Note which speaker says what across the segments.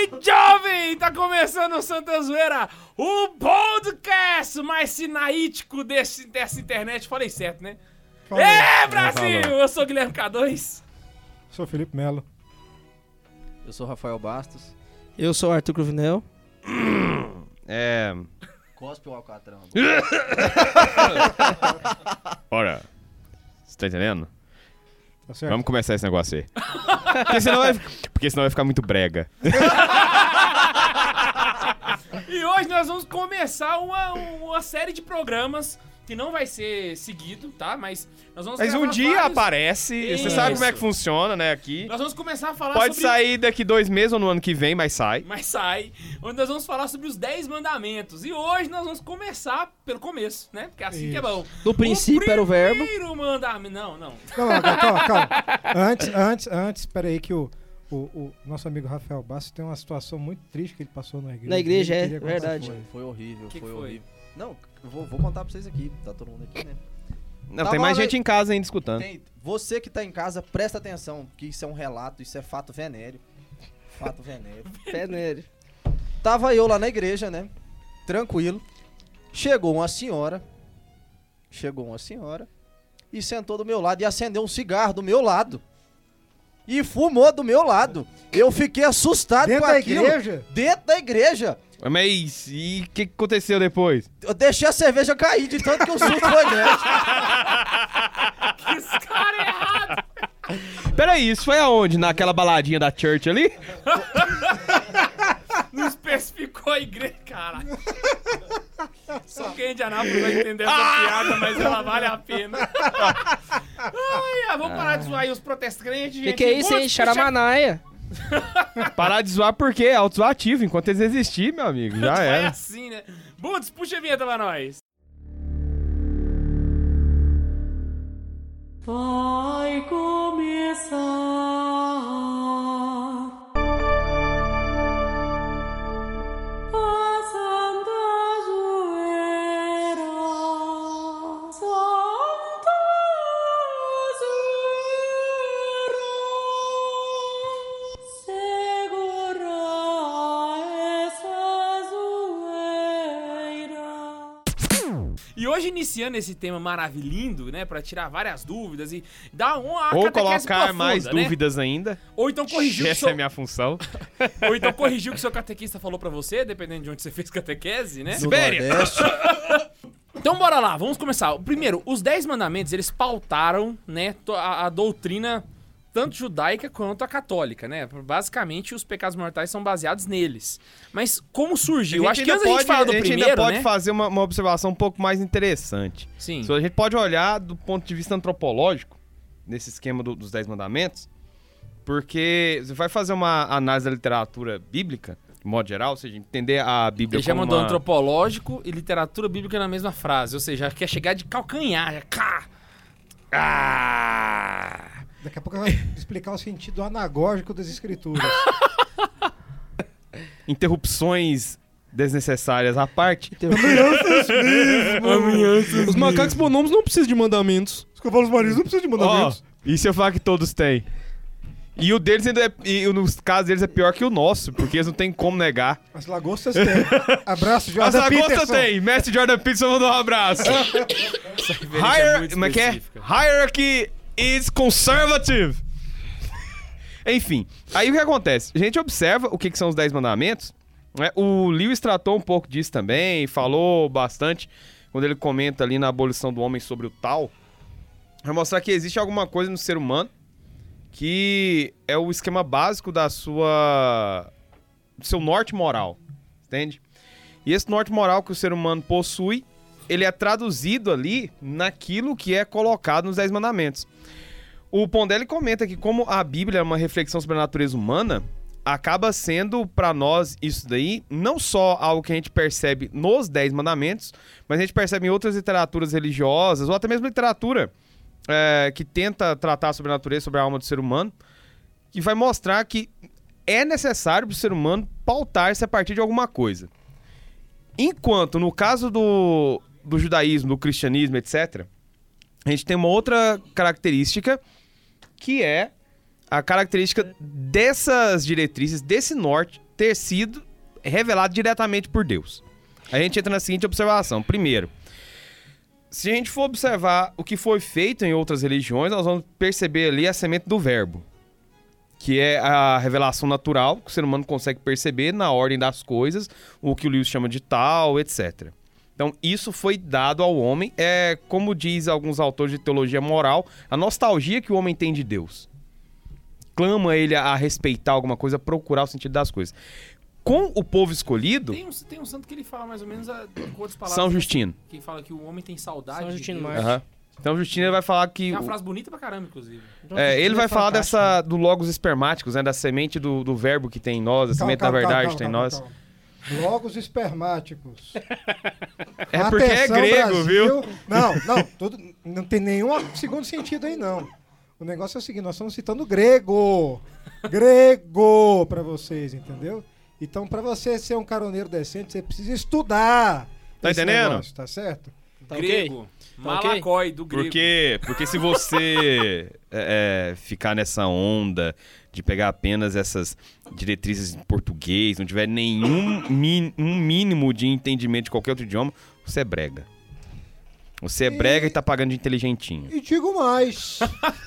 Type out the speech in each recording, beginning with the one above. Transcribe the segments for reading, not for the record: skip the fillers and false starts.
Speaker 1: Jovem! Tá começando o Santa Zoeira, o podcast mais sinaítico dessa internet. Falei certo, né? Brasil! Eu sou o Guilherme K2.
Speaker 2: Sou o Felipe Melo.
Speaker 3: Eu sou o Rafael Bastos.
Speaker 4: Eu sou o Arthur Cruvinel.
Speaker 3: Cospe o Alcatrão.
Speaker 5: Ora, você tá entendendo?
Speaker 2: Tá certo?
Speaker 5: Vamos começar esse negócio aí. Porque senão vai ficar muito brega.
Speaker 1: E hoje nós vamos começar uma série de programas que não vai ser seguido, tá? Mas nós vamos
Speaker 5: Mas
Speaker 1: gravar
Speaker 5: um dia
Speaker 1: vários...
Speaker 5: aparece, você sabe como é que funciona, né, aqui.
Speaker 1: Nós vamos começar a falar
Speaker 5: Pode
Speaker 1: sobre...
Speaker 5: sair daqui 2 meses ou no ano que vem, mas sai.
Speaker 1: Mas sai. Onde nós vamos falar sobre os 10 mandamentos. E hoje nós vamos começar pelo começo, né? Porque assim que é bom.
Speaker 4: Do princípio era o verbo.
Speaker 1: Primeiro mandamento... Não.
Speaker 2: Calma. Antes, espera aí que o nosso amigo Rafael Bastos tem uma situação muito triste que ele passou na igreja.
Speaker 4: Na igreja,
Speaker 2: Ele
Speaker 4: é
Speaker 2: queria contar
Speaker 4: verdade.
Speaker 2: que
Speaker 3: Foi horrível,
Speaker 1: Que
Speaker 3: foi
Speaker 1: foi?
Speaker 3: horrível. Não, eu vou contar pra vocês aqui. Tá todo mundo aqui, né?
Speaker 5: Não,
Speaker 3: Tá
Speaker 5: tem
Speaker 3: bom,
Speaker 5: mais
Speaker 3: né?
Speaker 5: gente em casa ainda escutando.
Speaker 3: Você que tá em casa, presta atenção, que isso é um relato, isso é fato venéreo. Fato venéreo.
Speaker 4: Pé nele.
Speaker 3: Tava eu lá na igreja, né? Tranquilo. Chegou uma senhora e sentou do meu lado e acendeu um cigarro do meu lado. E fumou do meu lado. Eu fiquei assustado
Speaker 2: Dentro
Speaker 3: com
Speaker 2: da
Speaker 3: aquilo.
Speaker 2: igreja?
Speaker 3: Dentro da igreja.
Speaker 5: Mas e o que aconteceu depois?
Speaker 3: Eu deixei a cerveja cair de tanto que o susto foi grande.
Speaker 1: Esse cara é errado.
Speaker 5: Peraí, isso foi aonde? Naquela baladinha da church ali?
Speaker 1: Não especificou a igreja, caralho. Só quem é de Anápolis vai entender essa piada, mas ela vale a pena. Vamos parar de zoar aí os protestantes, gente.
Speaker 4: Que é isso, hein? Charamanaia.
Speaker 5: Parar de zoar porque é autozoativo. Enquanto eles existirem, meu amigo, já
Speaker 1: Vai
Speaker 5: era.
Speaker 1: assim, né? Bundes, puxa a vinheta pra nós.
Speaker 6: Vai começar a Santa Zoeira, Santa Zoeira, segura essa zoeira.
Speaker 1: E hoje, iniciando esse tema maravilhindo, né? Pra tirar várias dúvidas e dar uma
Speaker 5: Ou
Speaker 1: catequese
Speaker 5: colocar
Speaker 1: profunda,
Speaker 5: mais
Speaker 1: né?
Speaker 5: dúvidas ainda.
Speaker 1: Ou então corrigir o que
Speaker 5: Essa é a minha função.
Speaker 1: Ou então corrigir o que seu catequista falou pra você, dependendo de onde você fez catequese, né?
Speaker 3: No
Speaker 5: Sibéria.
Speaker 3: Nordeste.
Speaker 1: Então bora lá, vamos começar. Primeiro, os 10 mandamentos, eles pautaram, né, a doutrina tanto judaica quanto a católica, né? Basicamente, os pecados mortais são baseados neles. Mas como surgiu? Acho que antes da gente falar do primeiro,
Speaker 5: ainda pode
Speaker 1: né?
Speaker 5: fazer uma observação um pouco mais interessante.
Speaker 1: Sim.
Speaker 5: A gente pode olhar do ponto de vista antropológico, nesse esquema dos 10 mandamentos, porque você vai fazer uma análise da literatura bíblica, de modo geral, ou seja, entender a Bíblia
Speaker 1: Ele já
Speaker 5: como
Speaker 1: mandou
Speaker 5: uma...
Speaker 1: antropológico e literatura bíblica na mesma frase. Ou seja, quer chegar de calcanhar, já cá.
Speaker 2: Daqui a pouco vai explicar o sentido anagógico das escrituras.
Speaker 5: Interrupções desnecessárias à parte.
Speaker 4: Os macacos bonobos não precisam de mandamentos.
Speaker 2: Os cavalos marinhos não precisam de mandamentos.
Speaker 5: E se eu falar que todos têm? E o deles ainda nos casos deles é pior que o nosso, porque eles não tem como negar.
Speaker 2: As lagostas têm. Abraço,
Speaker 5: As
Speaker 2: Jordan
Speaker 5: lagostas
Speaker 2: Peterson.
Speaker 5: tem! Mestre Jordan Peterson mandou um abraço. Como é que é? Hierarchy is conservative. Enfim, aí o que acontece? A gente observa o que são os 10 mandamentos, né? O Lewis tratou um pouco disso também, falou bastante quando ele comenta ali na abolição do homem sobre o tal. Vai mostrar que existe alguma coisa no ser humano que é o esquema básico do seu norte moral, entende? E esse norte moral que o ser humano possui, ele é traduzido ali naquilo que é colocado nos 10 mandamentos. O Pondelli comenta que como a Bíblia é uma reflexão sobre a natureza humana, acaba sendo para nós isso daí não só algo que a gente percebe nos 10 mandamentos, mas a gente percebe em outras literaturas religiosas, ou até mesmo literatura que tenta tratar sobre a natureza, sobre a alma do ser humano, que vai mostrar que é necessário para o ser humano pautar-se a partir de alguma coisa. Enquanto, no caso do judaísmo, do cristianismo, etc., a gente tem uma outra característica, que é a característica dessas diretrizes, desse norte, ter sido revelado diretamente por Deus. A gente entra na seguinte observação. Primeiro, se a gente for observar o que foi feito em outras religiões, nós vamos perceber ali a semente do verbo, que é a revelação natural que o ser humano consegue perceber na ordem das coisas, o que o Lewis chama de tal, etc. Então, isso foi dado ao homem, como diz alguns autores de teologia moral, a nostalgia que o homem tem de Deus. Clama ele a respeitar alguma coisa, a procurar o sentido das coisas. Com o povo escolhido...
Speaker 1: Tem um santo que ele fala mais ou menos com outras palavras.
Speaker 5: São Justino.
Speaker 1: Que fala que o homem tem saudade
Speaker 4: São
Speaker 1: de
Speaker 4: Justino
Speaker 1: Deus.
Speaker 4: Mártir.
Speaker 5: Aham. Então, Justino ele vai falar que...
Speaker 1: É uma frase bonita pra caramba, inclusive.
Speaker 5: ele vai falar do logos espermáticos, né? Da semente do verbo que tem em nós, a semente da verdade que tem em nós.
Speaker 2: Logos espermáticos.
Speaker 5: É porque é grego,
Speaker 2: Brasil.
Speaker 5: viu?
Speaker 2: Não tem nenhum segundo sentido aí, não. O negócio é o seguinte, nós estamos citando grego. Grego pra vocês, entendeu? Então, pra você ser um caroneiro decente, você precisa estudar.
Speaker 5: Tá
Speaker 2: esse
Speaker 5: entendendo?
Speaker 2: negócio, tá certo?
Speaker 4: Tá
Speaker 1: Grego.
Speaker 4: ok?
Speaker 1: Malacói, do grego.
Speaker 5: Porque se você ficar nessa onda de pegar apenas essas diretrizes em português, não tiver nenhum um mínimo de entendimento de qualquer outro idioma, você é brega. Você é brega e tá pagando de inteligentinho.
Speaker 2: E digo mais.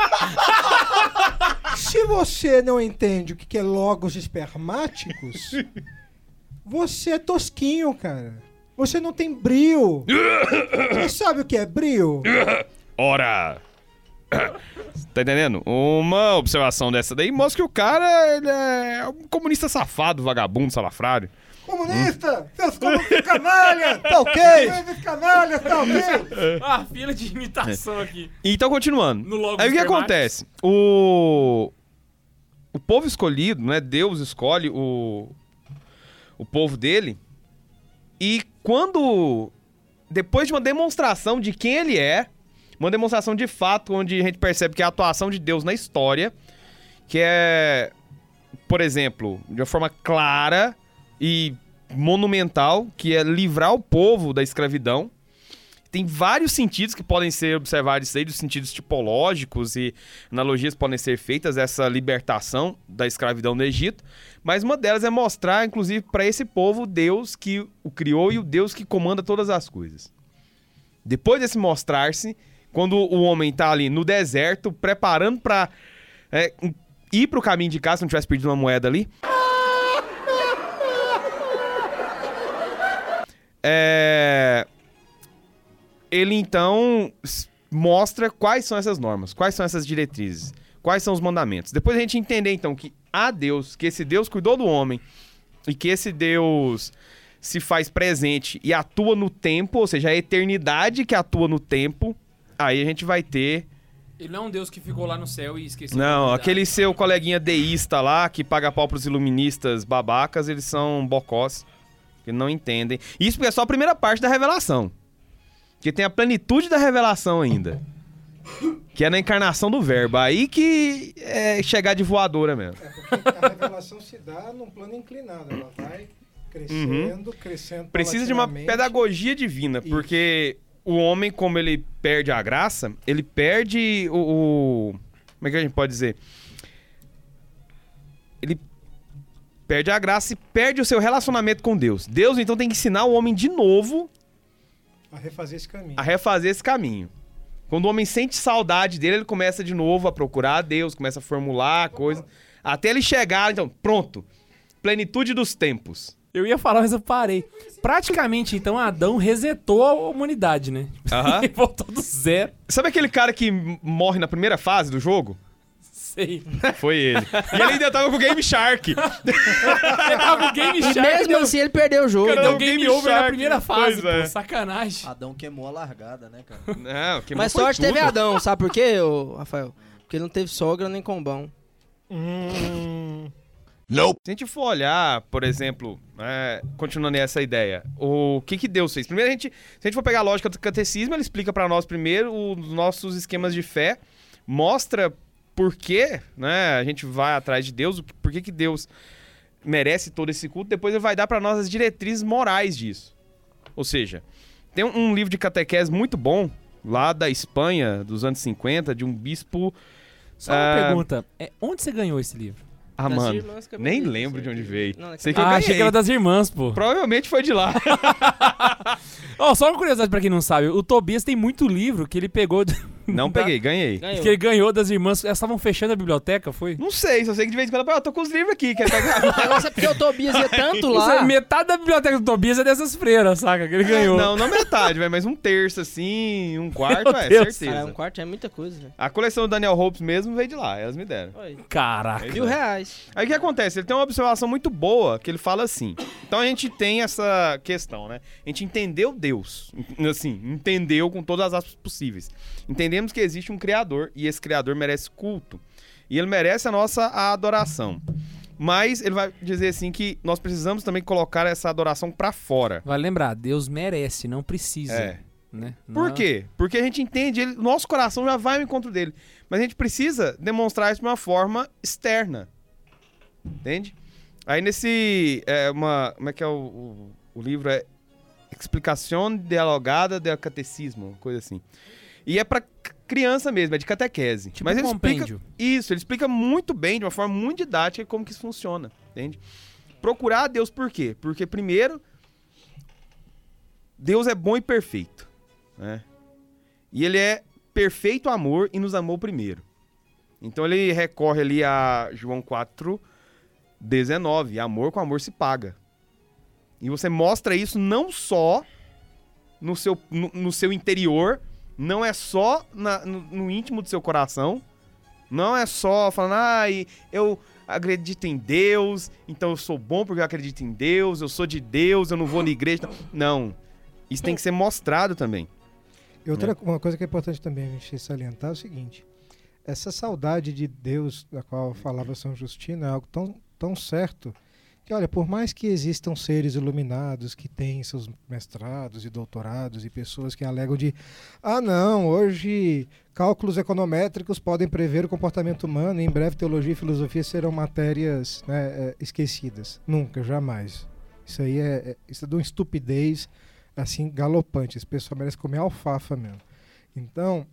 Speaker 2: Se você não entende o que é logos espermáticos, você é tosquinho, cara. Você não tem brio. Você sabe o que é brio?
Speaker 5: Ora! Tá entendendo? Uma observação dessa daí mostra que o cara ele é um comunista safado, vagabundo, salafrário.
Speaker 2: Comunista! Seus comunistas canalhas!
Speaker 3: Tá ok?
Speaker 2: Comunistas canalhas, tá ok?
Speaker 1: Ah, fila de imitação aqui.
Speaker 5: Então, continuando.
Speaker 1: No logo
Speaker 5: Aí o que
Speaker 1: espermáticos.
Speaker 5: acontece? O povo escolhido, né? Deus escolhe o povo dele. E quando... Depois de uma demonstração de quem ele é, uma demonstração de fato, onde a gente percebe que é a atuação de Deus na história, que é, por exemplo, de uma forma clara e monumental, que é livrar o povo da escravidão. Tem vários sentidos que podem ser observados aí, dos sentidos tipológicos e analogias podem ser feitas, essa libertação da escravidão no Egito. Mas uma delas é mostrar, inclusive, para esse povo, o Deus que o criou e o Deus que comanda todas as coisas. Depois desse mostrar-se, quando o homem tá ali no deserto, preparando para ir pro caminho de casa, se não tivesse perdido uma moeda ali... Ele então mostra quais são essas normas, quais são essas diretrizes, quais são os mandamentos. Depois a gente entender então que há Deus, que esse Deus cuidou do homem e que esse Deus se faz presente e atua no tempo, ou seja, a eternidade que atua no tempo, aí a gente vai ter...
Speaker 1: Ele não é um Deus que ficou lá no céu e esqueceu.
Speaker 5: Não, aquele seu coleguinha deísta lá, que paga pau pros iluministas babacas, eles são bocós, que não entendem. Isso porque é só a primeira parte da revelação. Porque tem a plenitude da revelação ainda. Que é na encarnação do verbo. Aí que é chegar de voadora mesmo.
Speaker 2: Porque a revelação se dá num plano inclinado. Ela vai crescendo, crescendo.
Speaker 5: Precisa de uma
Speaker 2: paulatinamente.
Speaker 5: pedagogia divina,
Speaker 2: Isso.
Speaker 5: porque o homem, como ele perde a graça, ele perde o... Como é que a gente pode dizer? Ele perde a graça e perde o seu relacionamento com Deus. Deus, então, tem que ensinar o homem de novo
Speaker 2: A refazer esse caminho.
Speaker 5: a refazer esse caminho. Quando o homem sente saudade dele, ele começa de novo a procurar a Deus, começa a formular coisas, até ele chegar, então, pronto. Plenitude dos tempos.
Speaker 1: Eu ia falar, mas eu parei. Praticamente, então, Adão resetou a humanidade, né?
Speaker 5: Aham.
Speaker 1: Ele voltou do zero.
Speaker 5: Sabe aquele cara que morre na primeira fase do jogo?
Speaker 1: Sei.
Speaker 5: Foi ele. E ele ainda tava com o Game Shark.
Speaker 1: Ele tava com o Game
Speaker 4: E
Speaker 1: Shark.
Speaker 4: mesmo
Speaker 1: deu,
Speaker 4: assim ele perdeu o jogo.
Speaker 1: deu
Speaker 5: Não,
Speaker 1: game
Speaker 5: Game
Speaker 1: over na
Speaker 5: Shark.
Speaker 1: primeira fase,
Speaker 5: Pois é.
Speaker 1: pô. Sacanagem.
Speaker 3: Adão queimou a largada, né, cara?
Speaker 5: Não, que
Speaker 4: Mas sorte teve Adão, sabe por quê, ô, Rafael? Porque ele não teve sogra nem combão.
Speaker 5: Se a gente for olhar, por exemplo, continuando essa ideia, o que Deus fez? Primeiro, se a gente for pegar a lógica do catecismo, ele explica pra nós primeiro os nossos esquemas de fé, mostra por que, né, a gente vai atrás de Deus, por que Deus merece todo esse culto, depois ele vai dar pra nós as diretrizes morais disso. Ou seja, tem um livro de catequese muito bom, lá da Espanha, dos anos 50, de um bispo...
Speaker 1: Só uma pergunta. Onde você ganhou esse livro?
Speaker 5: Ah,
Speaker 4: Das
Speaker 5: mano,
Speaker 4: irmãs que eu
Speaker 5: nem
Speaker 4: mandei,
Speaker 5: lembro de onde veio.
Speaker 4: Não,
Speaker 5: Sei que eu
Speaker 1: Ah, achei que
Speaker 5: ganhei.
Speaker 1: era das irmãs, pô.
Speaker 5: Provavelmente foi de lá.
Speaker 1: Ó, só uma curiosidade pra quem não sabe. O Tobias tem muito livro que ele pegou...
Speaker 5: Não peguei, ganhei.
Speaker 4: Ganhou.
Speaker 1: Que ele ganhou das irmãs. Elas estavam fechando a biblioteca, foi?
Speaker 5: Não sei, só sei que de vez em quando eu tô com os livros aqui, quer pegar?
Speaker 4: O negócio é porque o Tobias ia tanto lá.
Speaker 1: Metade da biblioteca do Tobias é dessas freiras, saca? Que ele ganhou.
Speaker 5: Não metade, velho, mas um terço assim, um quarto,
Speaker 1: Meu Deus.
Speaker 5: certeza.
Speaker 4: Cara, um quarto é muita coisa, velho.
Speaker 5: A coleção do Daniel Hopes mesmo veio de lá, elas me deram.
Speaker 4: Olha,
Speaker 1: Caraca.
Speaker 4: R$1.000.
Speaker 5: Aí o que acontece? Ele tem uma observação muito boa, que ele fala assim. Então a gente tem essa questão, né? A gente entendeu Deus, assim, entendeu com todas as aspas possíveis. Entendemos que existe um Criador, e esse Criador merece culto. E ele merece a nossa adoração. Mas ele vai dizer assim que nós precisamos também colocar essa adoração pra fora.
Speaker 1: Vai lembrar, Deus merece, não precisa.
Speaker 5: É.
Speaker 1: Né?
Speaker 5: Por quê? Porque a gente entende, nosso coração já vai ao encontro dele. Mas a gente precisa demonstrar isso de uma forma externa. Entende? Aí nesse... como é que é o livro? É Explicação Dialogada del Catecismo, coisa assim. E é pra criança mesmo, é de catequese.
Speaker 1: Tipo
Speaker 5: Mas
Speaker 1: um
Speaker 5: ele
Speaker 1: compêndio.
Speaker 5: explica isso, ele explica muito bem, de uma forma muito didática, como que isso funciona, entende? Procurar a Deus por quê? Porque, primeiro, Deus é bom e perfeito, né? E ele é perfeito amor e nos amou primeiro. Então ele recorre ali a João 4:19, amor com amor se paga. E você mostra isso não só no seu interior, não é só no íntimo do seu coração, não é só falando, eu acredito em Deus, então eu sou bom porque eu acredito em Deus, eu sou de Deus, eu não vou na igreja. Não, isso tem que ser mostrado também.
Speaker 2: E uma coisa que é importante também a gente salientar é o seguinte: essa saudade de Deus, da qual falava São Justino, é algo tão certo que, olha, por mais que existam seres iluminados que têm seus mestrados e doutorados e pessoas que alegam não, hoje cálculos econométricos podem prever o comportamento humano e em breve teologia e filosofia serão matérias, né, esquecidas. Nunca, jamais. Isso aí isso é de uma estupidez assim galopante. Esse pessoal merece comer alfafa mesmo. Então,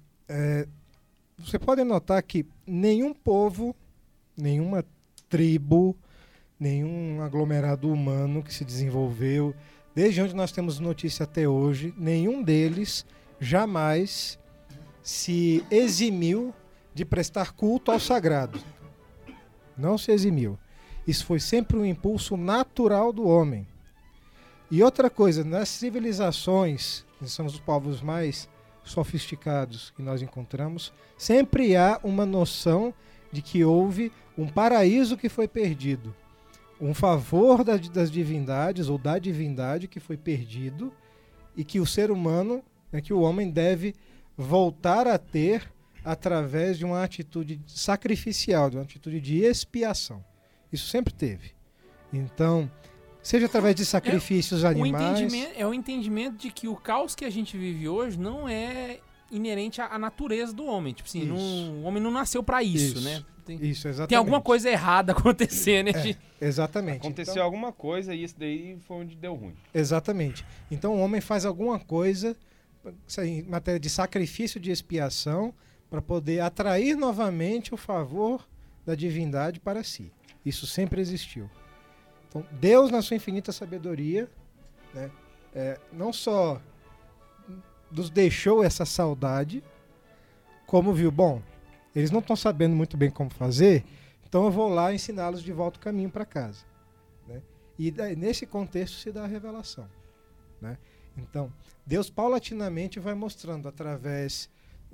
Speaker 2: você pode notar que nenhum povo, nenhuma tribo, nenhum aglomerado humano que se desenvolveu, desde onde nós temos notícia até hoje, nenhum deles jamais se eximiu de prestar culto ao sagrado. Não se eximiu. Isso foi sempre um impulso natural do homem. E outra coisa, nas civilizações, que são os povos mais sofisticados que nós encontramos, sempre há uma noção de que houve um paraíso que foi perdido. Um favor das divindades ou da divindade que foi perdido e que o ser humano, que o homem deve voltar a ter através de uma atitude sacrificial, de uma atitude de expiação. Isso sempre teve. Então, seja através de sacrifícios animais...
Speaker 1: O entendimento de que o caos que a gente vive hoje não é inerente à natureza do homem. Tipo assim, o homem não nasceu pra isso, né?
Speaker 2: Isso, exatamente.
Speaker 1: Tem alguma coisa errada acontecendo.
Speaker 2: Exatamente.
Speaker 5: Aconteceu alguma coisa e isso daí foi onde deu ruim.
Speaker 2: Exatamente. Então o homem faz alguma coisa em matéria de sacrifício, de expiação, para poder atrair novamente o favor da divindade para si. Isso sempre existiu. Então Deus, na sua infinita sabedoria, né, não só nos deixou essa saudade, como viu, bom, eles não estão sabendo muito bem como fazer, então eu vou lá ensiná-los de volta o caminho para casa. Né? E nesse contexto se dá a revelação. Né? Então, Deus paulatinamente vai mostrando através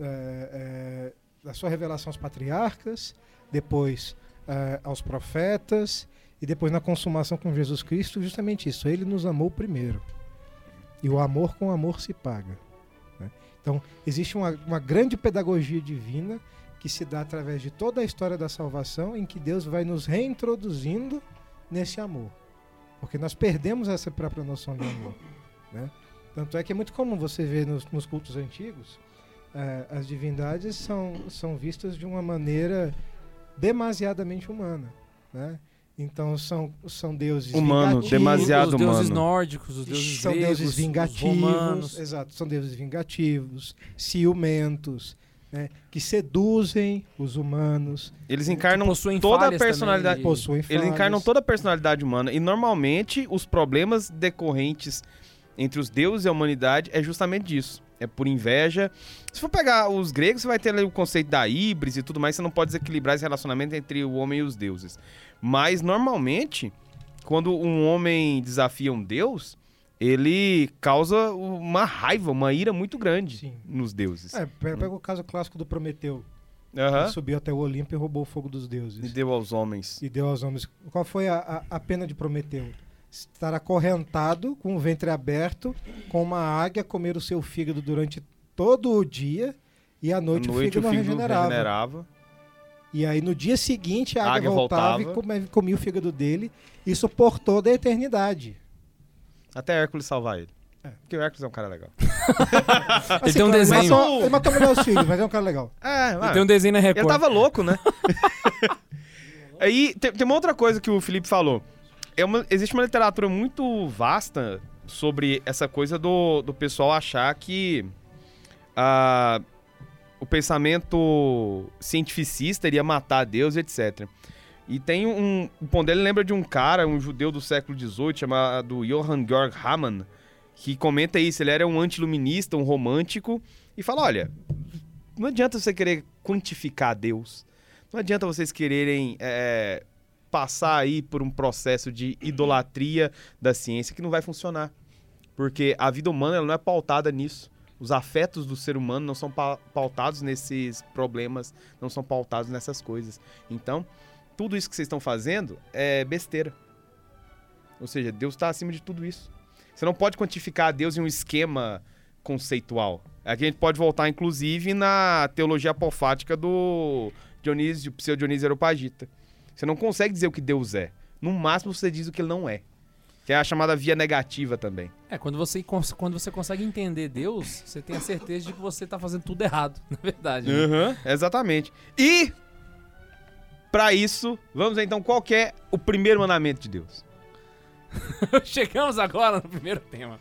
Speaker 2: da sua revelação aos patriarcas, depois aos profetas, e depois na consumação com Jesus Cristo, justamente isso. Ele nos amou primeiro. E o amor com amor se paga. Né? Então, existe uma grande pedagogia divina que se dá através de toda a história da salvação, em que Deus vai nos reintroduzindo nesse amor. Porque nós perdemos essa própria noção de amor. Né? Tanto é que é muito comum você ver nos cultos antigos, as divindades são vistas de uma maneira demasiadamente humana. Né? Então são deuses vingativos,
Speaker 5: demasiado
Speaker 1: os deuses
Speaker 5: humano.
Speaker 1: nórdicos, os deuses
Speaker 2: são
Speaker 1: gregos,
Speaker 2: deuses vingativos,
Speaker 1: os romanos.
Speaker 2: exato, são deuses vingativos, ciumentos, né, que seduzem os humanos,
Speaker 5: Eles encarnam
Speaker 1: possuem
Speaker 5: toda a
Speaker 1: falhas
Speaker 5: personalidade.
Speaker 1: também
Speaker 2: possuem
Speaker 5: Eles
Speaker 2: falhas.
Speaker 5: encarnam toda a personalidade humana. E normalmente os problemas decorrentes entre os deuses e a humanidade é justamente disso. É por inveja. Se for pegar os gregos, você vai ter ali o conceito da híbris e tudo mais. Você não pode desequilibrar esse relacionamento entre o homem e os deuses. Mas normalmente, quando um homem desafia um deus, ele causa uma raiva, uma ira muito grande
Speaker 2: Sim.
Speaker 5: nos deuses.
Speaker 2: Pega o caso clássico do Prometeu.
Speaker 5: Aham.
Speaker 2: Ele subiu até o Olimpo e roubou o fogo dos
Speaker 5: E
Speaker 2: deuses.
Speaker 5: deu aos homens.
Speaker 2: E deu aos homens. Qual foi a pena de Prometeu? Estar acorrentado, com o ventre aberto, com uma águia, comer o seu fígado durante todo o dia, e à noite, o fígado não regenerava. E aí no dia seguinte a águia voltava e comia o fígado dele, e suportou da eternidade.
Speaker 5: Até Hércules salvar ele. Porque o Hércules é um cara legal.
Speaker 1: Ele tem um
Speaker 2: claro,
Speaker 1: desenho.
Speaker 2: Ele matou meus filhos, mas é um cara legal.
Speaker 1: Ele tem um desenho na
Speaker 5: Ele
Speaker 1: Record.
Speaker 5: tava louco, né? Aí tem uma outra coisa que o Felipe falou. Existe uma literatura muito vasta sobre essa coisa do pessoal achar que o pensamento cientificista iria matar Deus, etc. E tem o Pondé lembra de um cara, um judeu do século XVIII, chamado Johann Georg Hamann, que comenta isso. Ele era um antiluminista, um romântico, e fala, olha, não adianta você querer quantificar Deus. Não adianta vocês quererem passar aí por um processo de idolatria da ciência que não vai funcionar. Porque a vida humana ela não é pautada nisso. Os afetos do ser humano não são pautados nesses problemas, não são pautados nessas coisas. Então, tudo isso que vocês estão fazendo é besteira. Ou seja, Deus está acima de tudo isso. Você não pode quantificar Deus em um esquema conceitual. Aqui a gente pode voltar, inclusive, na teologia apofática do Dionísio, pseudo-Dionísio Areopagita. Você não consegue dizer o que Deus é. No máximo, você diz o que ele não é. Que é a chamada via negativa também.
Speaker 1: Quando você consegue entender Deus, você tem a certeza de que você tá fazendo tudo errado, na verdade. Né?
Speaker 5: Uhum, exatamente. E, pra isso, vamos ver então qual que é o primeiro mandamento de Deus.
Speaker 1: Chegamos agora no primeiro tema.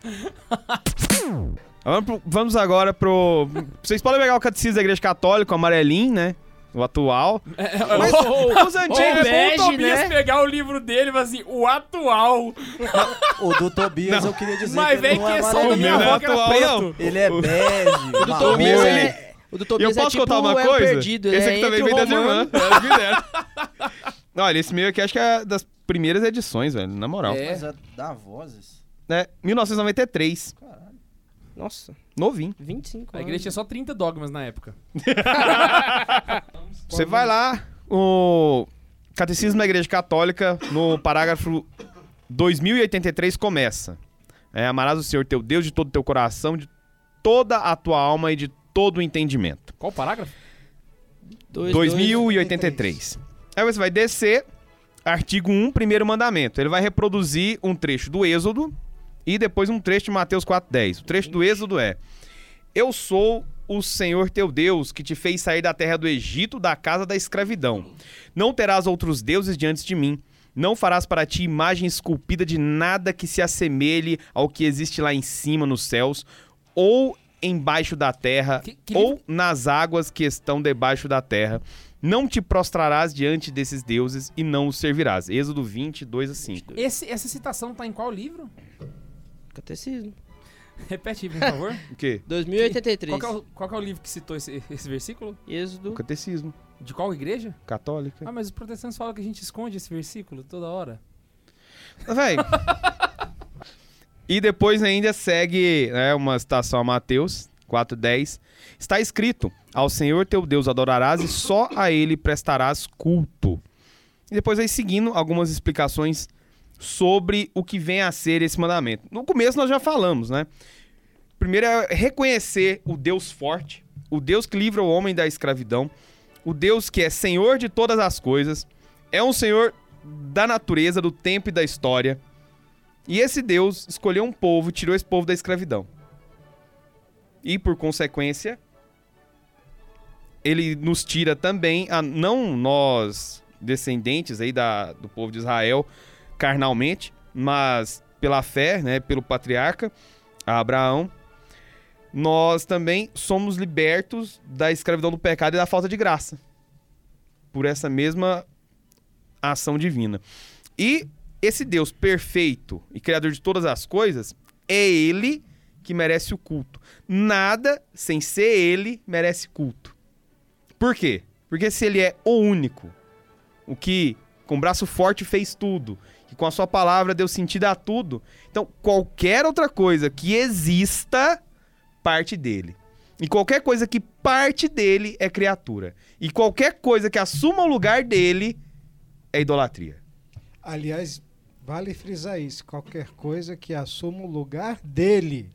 Speaker 5: Vamos agora pro... Vocês podem pegar o Catecismo da Igreja Católica, o amarelinho, né? O atual. Mas os antigos...
Speaker 1: O Tobias pegar o livro dele e falar assim, o atual.
Speaker 3: O do Tobias eu queria dizer
Speaker 1: Mas
Speaker 3: que ele
Speaker 1: vem
Speaker 3: não
Speaker 1: que
Speaker 3: é
Speaker 1: é só o
Speaker 3: amarelinho.
Speaker 1: minha
Speaker 5: meu
Speaker 1: avó que era
Speaker 5: atual,
Speaker 1: preto.
Speaker 5: não.
Speaker 3: Ele é bege.
Speaker 4: O do
Speaker 3: marrom.
Speaker 4: Tobias
Speaker 5: meu,
Speaker 4: é... O do
Speaker 5: E eu
Speaker 4: Tobias
Speaker 5: posso
Speaker 4: é tipo
Speaker 5: contar uma
Speaker 4: o El
Speaker 5: coisa?
Speaker 4: Perdido.
Speaker 5: Esse
Speaker 4: é
Speaker 5: aqui também
Speaker 4: entre
Speaker 5: vem
Speaker 4: o
Speaker 5: das
Speaker 4: Romano.
Speaker 5: irmãs. Elas me deram. Olha, esse meio aqui acho que é das primeiras edições, velho, na moral.
Speaker 1: É.
Speaker 3: Mas é da Vozes.
Speaker 5: 1993.
Speaker 4: Nossa,
Speaker 5: Novinho.
Speaker 4: 25
Speaker 1: A
Speaker 4: anos.
Speaker 1: igreja tinha só 30 dogmas na época.
Speaker 5: Você vai lá, o Catecismo da Igreja Católica, no parágrafo 2083 começa. Amarás o Senhor teu Deus de todo o teu coração, de toda a tua alma e de todo o entendimento.
Speaker 1: Qual o parágrafo?
Speaker 5: 2083. Aí você vai descer, artigo 1, primeiro mandamento. Ele vai reproduzir um trecho do Êxodo e depois um trecho de Mateus 4:10. O trecho do Êxodo é: Eu sou o Senhor teu Deus, que te fez sair da terra do Egito, da casa da escravidão. Não terás outros deuses diante de mim. Não farás para ti imagem esculpida de nada que se assemelhe ao que existe lá em cima nos céus, ou embaixo da terra,
Speaker 1: Que
Speaker 5: ou nas águas que estão debaixo da terra. Não te prostrarás diante desses deuses e não os servirás. Êxodo 20, 2-5.
Speaker 1: Essa citação tá em qual livro?
Speaker 4: Catecismo.
Speaker 1: Repete, por favor.
Speaker 5: O quê?
Speaker 4: 2083.
Speaker 1: Qual que é o livro que citou esse versículo?
Speaker 5: O
Speaker 4: Êxodo.
Speaker 5: Catecismo.
Speaker 1: De qual igreja?
Speaker 5: Católica.
Speaker 1: Ah, mas os protestantes falam que a gente esconde esse versículo toda hora.
Speaker 5: Véi. E depois ainda segue uma citação a Mateus 4:10. Está escrito: Ao Senhor teu Deus adorarás e só a ele prestarás culto. E depois aí seguindo algumas explicações sobre o que vem a ser esse mandamento. No começo nós já falamos, né? Primeiro é reconhecer o Deus forte, o Deus que livra o homem da escravidão, o Deus que é Senhor de todas as coisas, é um Senhor da natureza, do tempo e da história. E esse Deus escolheu um povo, tirou esse povo da escravidão. E, por consequência, ele nos tira também, não nós, descendentes aí do povo de Israel, carnalmente, mas pela fé, né, pelo patriarca Abraão, nós também somos libertos da escravidão do pecado e da falta de graça. Por essa mesma ação divina. E esse Deus perfeito e criador de todas as coisas, é ele que merece o culto. Nada sem ser ele merece culto. Por quê? Porque se ele é o único, o que com braço forte fez tudo, que com a sua palavra deu sentido a tudo, então qualquer outra coisa que exista parte dele. E qualquer coisa que parte dele é criatura. E qualquer coisa que assuma o lugar dele é idolatria.
Speaker 2: Aliás, vale frisar isso. Qualquer coisa que assuma o lugar dele.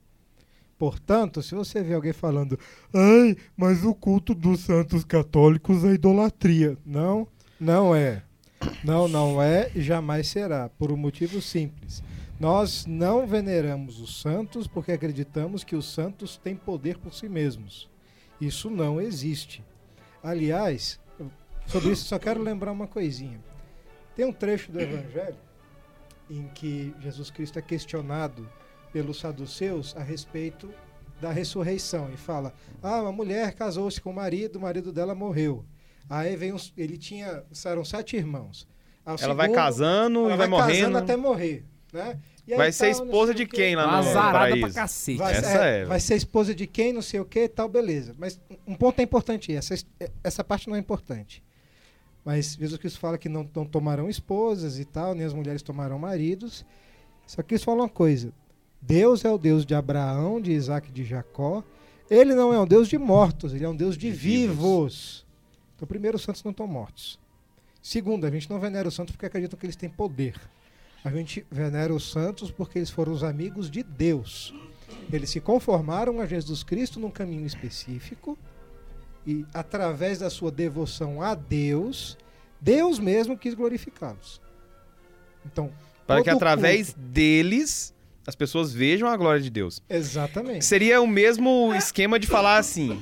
Speaker 2: Portanto, se você vê alguém falando, ai, mas o culto dos santos católicos é idolatria. Não, não é. Não é e jamais será. Por um motivo simples. Nós não veneramos os santos porque acreditamos que os santos têm poder por si mesmos. Isso não existe. Aliás, sobre isso só quero lembrar uma coisinha. Tem um trecho do Evangelho em que Jesus Cristo é questionado pelos saduceus a respeito da ressurreição. E fala, uma mulher casou-se com o marido dela morreu. Aí vem eram 7 irmãos.
Speaker 5: Ela vai casando e vai morrendo.
Speaker 2: Casando até morrer, né? E aí,
Speaker 5: vai ser esposa de quem lá no
Speaker 1: azarada
Speaker 5: paraíso?
Speaker 1: pra cacete.
Speaker 2: Vai ser esposa de quem, não sei o que, tal, beleza. Mas um ponto é importante, essa parte não é importante. Mas Jesus Cristo fala que não tomarão esposas e tal, nem as mulheres tomarão maridos. Só que eles falam uma coisa, Deus é o Deus de Abraão, de Isaac e de Jacó. Ele não é um Deus de mortos, ele é um Deus de vivos. Então, primeiro, os santos não estão mortos. Segundo, a gente não venera os santos porque acreditam que eles têm poder. A gente venera os santos porque eles foram os amigos de Deus. Eles se conformaram a Jesus Cristo num caminho específico e, através da sua devoção a Deus, Deus mesmo quis glorificá-los. Então,
Speaker 5: para que através deles as pessoas vejam a glória de Deus.
Speaker 2: Exatamente.
Speaker 5: Seria o mesmo esquema de falar assim,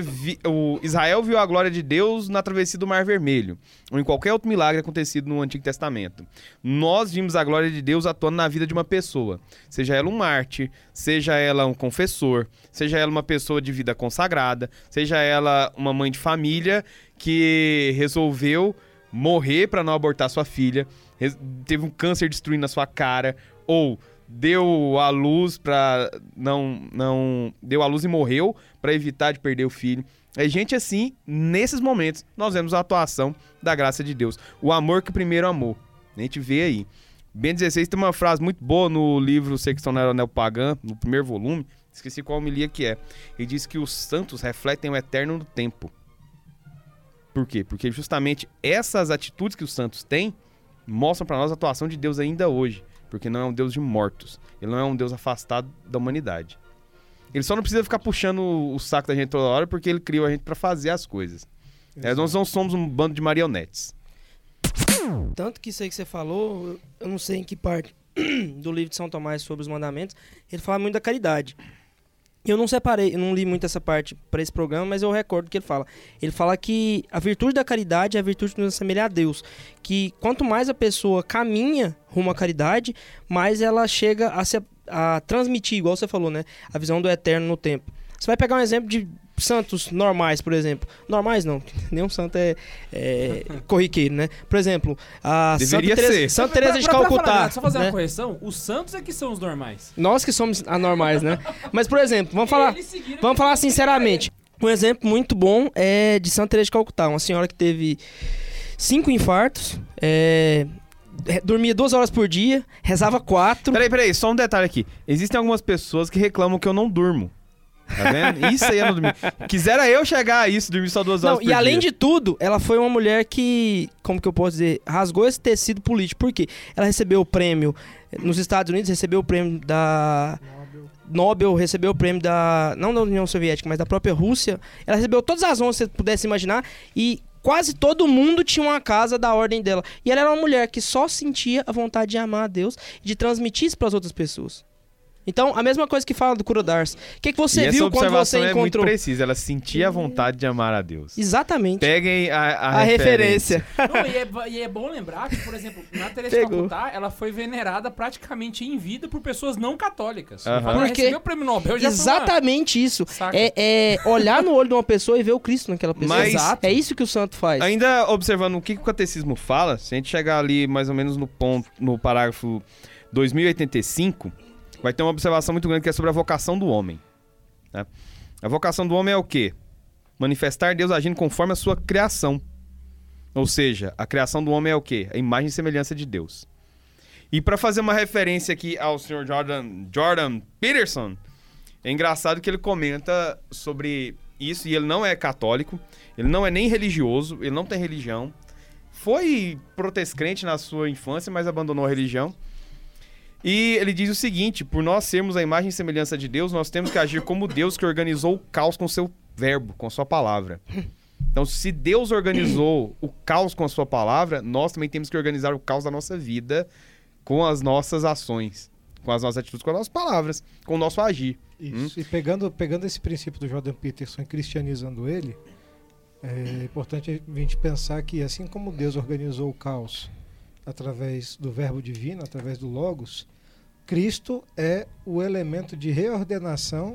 Speaker 5: o Israel viu a glória de Deus na travessia do Mar Vermelho, ou em qualquer outro milagre acontecido no Antigo Testamento. Nós vimos a glória de Deus atuando na vida de uma pessoa, seja ela um mártir, seja ela um confessor, seja ela uma pessoa de vida consagrada, seja ela uma mãe de família que resolveu morrer para não abortar sua filha, teve um câncer destruindo a sua cara, ou deu à luz deu à luz e morreu para evitar de perder o filho. É gente assim, nesses momentos, nós vemos a atuação da graça de Deus. O amor que primeiro amou. A gente vê aí. Bento XVI tem uma frase muito boa no livro Secção Neopagã, no primeiro volume, esqueci qual homilia que é. Ele diz que os santos refletem o eterno no tempo. Por quê? Porque justamente essas atitudes que os santos têm mostram para nós a atuação de Deus ainda hoje. Porque não é um Deus de mortos. Ele não é um Deus afastado da humanidade. Ele só não precisa ficar puxando o saco da gente toda hora porque ele criou a gente para fazer as coisas. Nós não somos um bando de marionetes.
Speaker 4: Tanto que isso aí que você falou, eu não sei em que parte do livro de São Tomás sobre os mandamentos, ele fala muito da caridade. Eu não li muito essa parte para esse programa, mas eu recordo que ele fala. Ele fala que a virtude da caridade é a virtude de nos assemelhar a Deus. Que quanto mais a pessoa caminha rumo à caridade, mais ela chega a transmitir, igual você falou, né? A visão do eterno no tempo. Você vai pegar um exemplo de santos normais, por exemplo. Normais não, nenhum santo é corriqueiro, né? Por exemplo, a Santa Teresa de Calcutá.
Speaker 1: Só fazer uma correção, os santos é que são os normais.
Speaker 4: Nós que somos anormais, né? Mas, por exemplo, vamos falar sinceramente. Um exemplo muito bom é de Santa Teresa de Calcutá, uma senhora que teve 5 infartos, dormia 2 horas por dia, rezava 4.
Speaker 5: Peraí, só um detalhe aqui. Existem algumas pessoas que reclamam que eu não durmo. Tá vendo? Isso aí eu não dormi. Quisera eu chegar a isso, dormir só 2 horas por dia.
Speaker 4: E além de tudo, ela foi uma mulher que, como que eu posso dizer, rasgou esse tecido político. Por quê? Ela recebeu o prêmio nos Estados Unidos, recebeu o prêmio da Nobel, recebeu o prêmio não da União Soviética, mas da própria Rússia. Ela recebeu todas as honras que você pudesse imaginar e quase todo mundo tinha uma casa da ordem dela. E ela era uma mulher que só sentia a vontade de amar a Deus e de transmitir isso para as outras pessoas. Então, a mesma coisa que fala do cura Darcy. O que você
Speaker 5: e essa
Speaker 4: viu quando
Speaker 5: observação
Speaker 4: você
Speaker 5: é muito
Speaker 4: encontrou?
Speaker 5: precisa, ela sentia a vontade de amar a Deus.
Speaker 4: Exatamente.
Speaker 5: Peguem
Speaker 4: A referência.
Speaker 1: Não, e é bom lembrar que, por exemplo, na Teresa de
Speaker 4: Pegou.
Speaker 1: Calcutá, ela foi venerada praticamente em vida por pessoas não católicas.
Speaker 5: Aham.
Speaker 1: Ela
Speaker 4: Porque-
Speaker 1: recebeu o prêmio Nobel, já
Speaker 4: Exatamente isso.
Speaker 1: Saca.
Speaker 4: É olhar no olho de uma pessoa e ver o Cristo naquela pessoa.
Speaker 5: Mas-
Speaker 1: Exato.
Speaker 4: É isso que o santo faz.
Speaker 5: Ainda observando o que o catecismo fala, se a gente chegar ali mais ou menos no parágrafo 2085, vai ter uma observação muito grande que é sobre a vocação do homem. Né? A vocação do homem é o quê? Manifestar Deus agindo conforme a sua criação. Ou seja, a criação do homem é o quê? A imagem e semelhança de Deus. E para fazer uma referência aqui ao Sr. Jordan Peterson, é engraçado que ele comenta sobre isso, e ele não é católico, ele não é nem religioso, ele não tem religião, foi protestante na sua infância, mas abandonou a religião. E ele diz o seguinte: por nós sermos a imagem e semelhança de Deus, nós temos que agir como Deus que organizou o caos com seu verbo, com sua palavra. Então, se Deus organizou o caos com a sua palavra, nós também temos que organizar o caos da nossa vida com as nossas ações, com as nossas atitudes, com as nossas palavras, com o nosso agir.
Speaker 2: Isso. E pegando esse princípio do Jordan Peterson e cristianizando ele, é importante a gente pensar que assim como Deus organizou o caos através do verbo divino, através do Logos, Cristo é o elemento de reordenação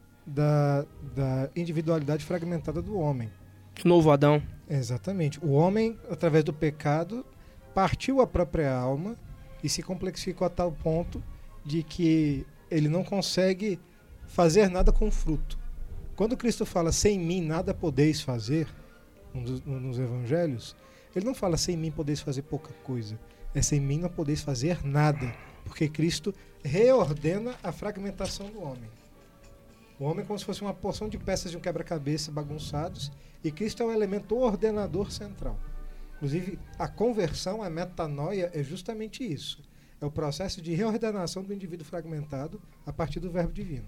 Speaker 2: da individualidade fragmentada do homem.
Speaker 4: Novo Adão.
Speaker 2: Exatamente. O homem, através do pecado, partiu a própria alma e se complexificou a tal ponto de que ele não consegue fazer nada com o fruto. Quando Cristo fala, sem mim nada podeis fazer, nos evangelhos, ele não fala, sem mim podeis fazer pouca coisa. É, sem mim não podeis fazer nada. Porque Cristo reordena a fragmentação do homem. O homem é como se fosse uma porção de peças de um quebra-cabeça bagunçados, e Cristo é o elemento ordenador central. Inclusive, a conversão, a metanoia, é justamente isso. É o processo de reordenação do indivíduo fragmentado a partir do verbo divino.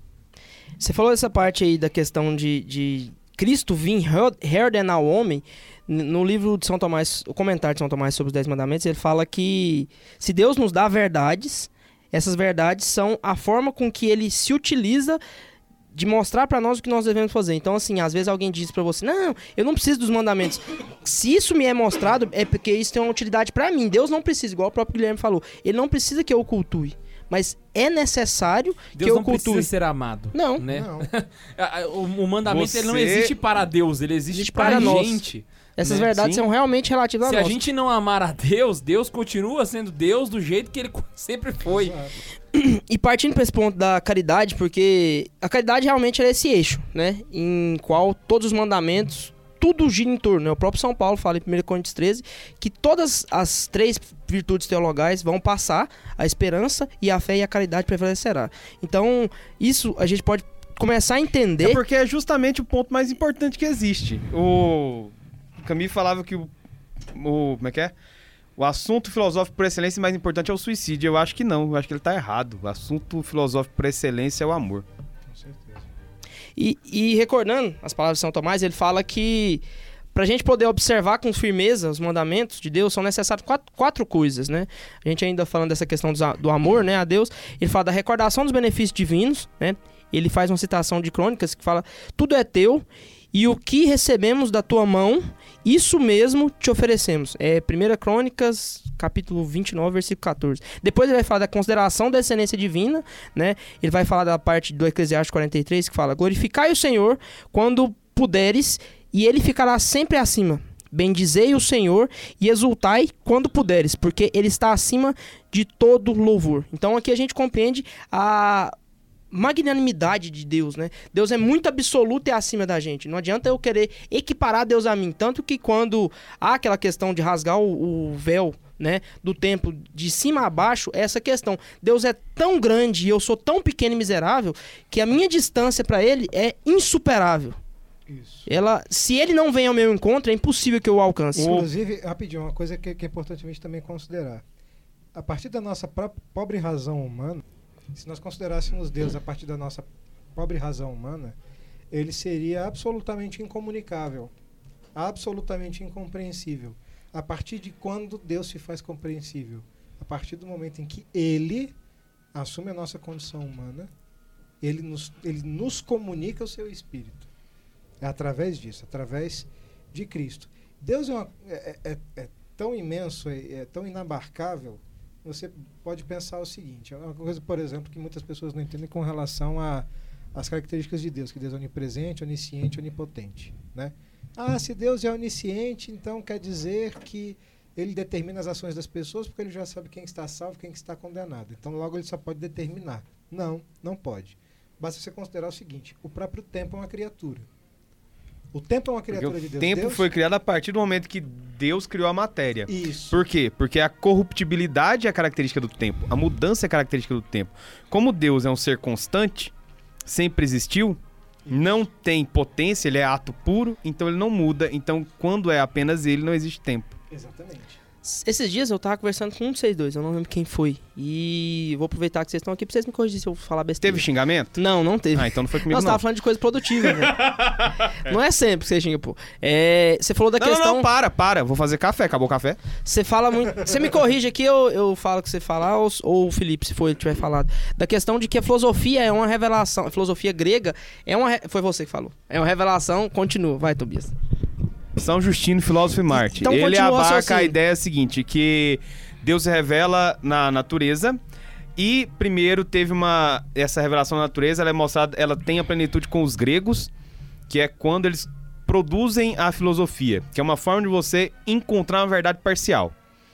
Speaker 4: Você falou essa parte aí da questão de Cristo vir reordenar o homem. No livro de São Tomás, o comentário de São Tomás sobre os 10 mandamentos, ele fala que se Deus nos dá verdades, essas verdades são a forma com que ele se utiliza de mostrar pra nós o que nós devemos fazer. Então, assim, às vezes alguém diz pra você, não, eu não preciso dos mandamentos. Se isso me é mostrado, é porque isso tem uma utilidade pra mim. Deus não precisa, igual o próprio Guilherme falou, ele não precisa que eu cultue. Mas é necessário que
Speaker 1: Deus
Speaker 4: eu
Speaker 1: não
Speaker 4: cultue.
Speaker 1: precisa ser amado.
Speaker 4: Não.
Speaker 1: Né?
Speaker 2: Não.
Speaker 1: O mandamento ele não
Speaker 5: Você-
Speaker 1: existe para Deus, ele existe para a
Speaker 4: nós.
Speaker 1: gente.
Speaker 4: Essas
Speaker 1: né?
Speaker 4: verdades
Speaker 5: Sim.
Speaker 4: são realmente relativas
Speaker 1: Se
Speaker 4: a
Speaker 1: a
Speaker 4: nós.
Speaker 1: gente não amar a Deus, Deus continua sendo Deus do jeito que ele sempre foi.
Speaker 4: E partindo para esse ponto da caridade, porque a caridade realmente é esse eixo, né? Em qual todos os mandamentos, tudo gira em torno, né? O próprio São Paulo fala em 1 Coríntios 13 que todas as 3 virtudes teologais vão passar, a esperança e a fé e a caridade prevalecerá. Então, isso a gente pode começar a entender.
Speaker 5: É porque é justamente o ponto mais importante que existe. O Camus falava que como é que é? O assunto filosófico por excelência mais importante é o suicídio. Eu acho que não, eu acho que ele tá errado. O assunto filosófico por excelência é o amor.
Speaker 2: Com certeza.
Speaker 4: E recordando as palavras de São Tomás, ele fala que para a gente poder observar com firmeza os mandamentos de Deus, são necessárias quatro coisas, né? A gente ainda falando dessa questão do amor, né, a Deus, ele fala da recordação dos benefícios divinos, né? Ele faz uma citação de Crônicas que fala, tudo é teu e o que recebemos da tua mão, isso mesmo te oferecemos. É 1 Crônicas, capítulo 29, versículo 14. Depois ele vai falar da consideração da excelência divina, né? Ele vai falar da parte do Eclesiastes 43, que fala, glorificai o Senhor quando puderes, e ele ficará sempre acima. Bendizei o Senhor e exultai quando puderes, porque ele está acima de todo louvor. Então aqui a gente compreende a magnanimidade de Deus, né? Deus é muito absoluto e acima da gente. Não adianta eu querer equiparar Deus a mim. Tanto que quando há aquela questão de rasgar o véu, né, do templo de cima a baixo, é essa questão. Deus é tão grande e eu sou tão pequeno e miserável que a minha distância para ele é insuperável.
Speaker 2: Isso.
Speaker 4: Se ele não vem ao meu encontro, é impossível que eu o alcance.
Speaker 2: Inclusive, rapidinho, uma coisa que é importante a gente também considerar. A partir da nossa própria pobre razão humana, se nós considerássemos Deus a partir da nossa pobre razão humana, ele seria absolutamente incomunicável, absolutamente incompreensível. A partir de quando Deus se faz compreensível? A partir do momento em que ele assume a nossa condição humana, ele nos comunica o seu espírito. É através disso, através de Cristo. Deus é tão imenso, é tão inabarcável. Você pode pensar o seguinte, é uma coisa, por exemplo, que muitas pessoas não entendem com relação às características de Deus, que Deus é onipresente, onisciente, onipotente, né? Se Deus é onisciente, então quer dizer que ele determina as ações das pessoas porque ele já sabe quem está salvo, quem está condenado. Então logo ele só pode determinar. Não pode. Basta você considerar o seguinte, o próprio tempo é uma criatura. O tempo é uma criatura de Deus.
Speaker 5: O tempo foi criado a partir do momento que Deus criou a matéria.
Speaker 2: Isso.
Speaker 5: Por quê? Porque a corruptibilidade é a característica do tempo. A mudança é a característica do tempo. Como Deus é um ser constante, sempre existiu, não tem potência, ele é ato puro, então ele não muda. Então, quando é apenas ele, não existe tempo.
Speaker 2: Exatamente.
Speaker 4: Esses dias eu tava conversando com um de vocês dois, eu não lembro quem foi. E vou aproveitar que vocês estão aqui pra vocês me corrigirem se eu falar besteira.
Speaker 5: Teve xingamento?
Speaker 4: Não teve.
Speaker 5: Então não foi comigo,
Speaker 4: Nós
Speaker 5: não.
Speaker 4: tava falando de coisa produtiva, velho. Não é sempre que você xinga, pô. Você falou da questão...
Speaker 5: Não, para. Vou fazer café. Acabou o café?
Speaker 4: Você fala muito... Você me corrige aqui, eu falo o que você falar, ou o Felipe, se for ele tiver falado. Da questão de que a filosofia é uma revelação. A filosofia grega é uma... Foi você que falou. É uma revelação. Continua. Vai, Tobias.
Speaker 5: São Justino, filósofo e Marte.
Speaker 4: Então,
Speaker 5: ele
Speaker 4: continua o
Speaker 5: abarca
Speaker 4: raciocínio.
Speaker 5: a ideia seguinte, que Deus se revela na natureza e primeiro teve essa revelação na natureza, ela é mostrada, ela tem a plenitude com os gregos, que é quando eles produzem a filosofia, que é uma forma de você encontrar uma verdade parcial.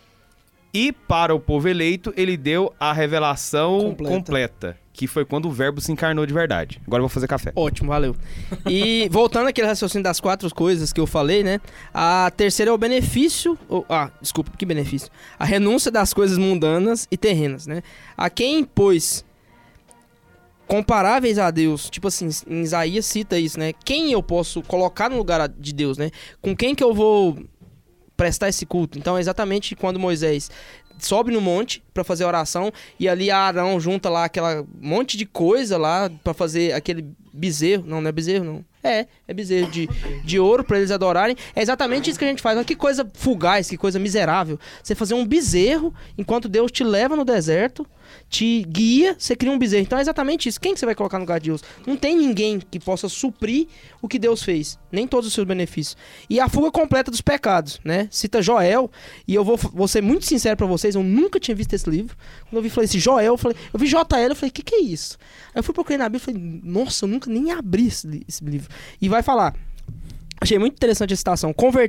Speaker 5: E para o povo eleito, ele deu a revelação completa, que foi quando o verbo se encarnou de verdade. Agora eu vou fazer café.
Speaker 4: Ótimo, valeu. E voltando àquele raciocínio das 4 coisas que eu falei, né? A terceira é o benefício... desculpa, que benefício? A renúncia das coisas mundanas e terrenas, né? A quem, pois, comparáveis a Deus, tipo assim, em Isaías cita isso, né? Quem eu posso colocar no lugar de Deus, né? Com quem que eu vou prestar esse culto? Então é exatamente quando Moisés sobe no monte pra fazer a oração e ali Arão junta lá aquela monte de coisa lá pra fazer aquele bezerro. Não é bezerro, não. É bezerro de ouro pra eles adorarem. É exatamente isso que a gente faz. Olha que coisa fugaz, que coisa miserável. Você fazer um bezerro enquanto Deus te leva no deserto, te guia, você cria um bezerro. Então é exatamente isso. Quem que você vai colocar no lugar de Deus? Não tem ninguém que possa suprir o que Deus fez. Nem todos os seus benefícios. E a fuga completa dos pecados, né? Cita Joel. E eu vou ser muito sincero pra vocês, eu nunca tinha visto esse livro. Quando eu vi, falei assim, Joel, eu vi JL, eu falei, que é isso? Aí eu fui procurar na Bíblia e falei, nossa, eu nunca nem abri esse livro. E vai falar, achei muito interessante a citação,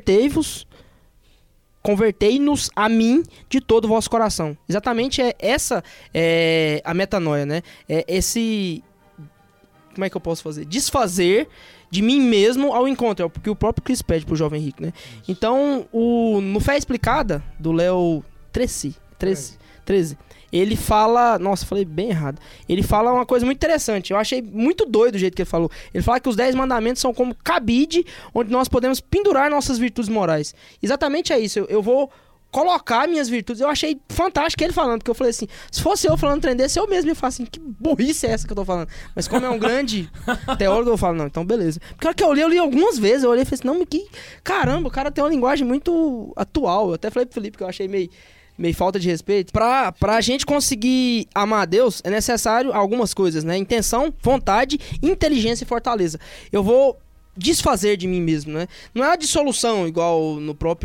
Speaker 4: convertei-nos a mim de todo o vosso coração. Exatamente essa é a metanoia, né? É esse, como é que eu posso fazer? Desfazer de mim mesmo ao encontro, é porque o próprio Cristo pede pro jovem rico, né? Então, no Fé Explicada, do Léo 13, ele fala... Nossa, falei bem errado. Ele fala uma coisa muito interessante. Eu achei muito doido o jeito que ele falou. Ele fala que os 10 mandamentos são como cabide onde nós podemos pendurar nossas virtudes morais. Exatamente é isso. Eu vou colocar minhas virtudes. Eu achei fantástico ele falando, porque eu falei assim, se fosse eu falando trem desse, eu mesmo ia falar assim, que burrice é essa que eu tô falando? Mas como é um grande teólogo, eu falo, não, então beleza. Porque a hora que eu li algumas vezes, eu olhei e falei assim, não, que caramba, o cara tem uma linguagem muito atual. Eu até falei pro Felipe que eu achei meio falta de respeito. Pra gente conseguir amar a Deus, é necessário algumas coisas, né? Intenção, vontade, inteligência e fortaleza. Eu vou desfazer de mim mesmo, né? Não é a dissolução, igual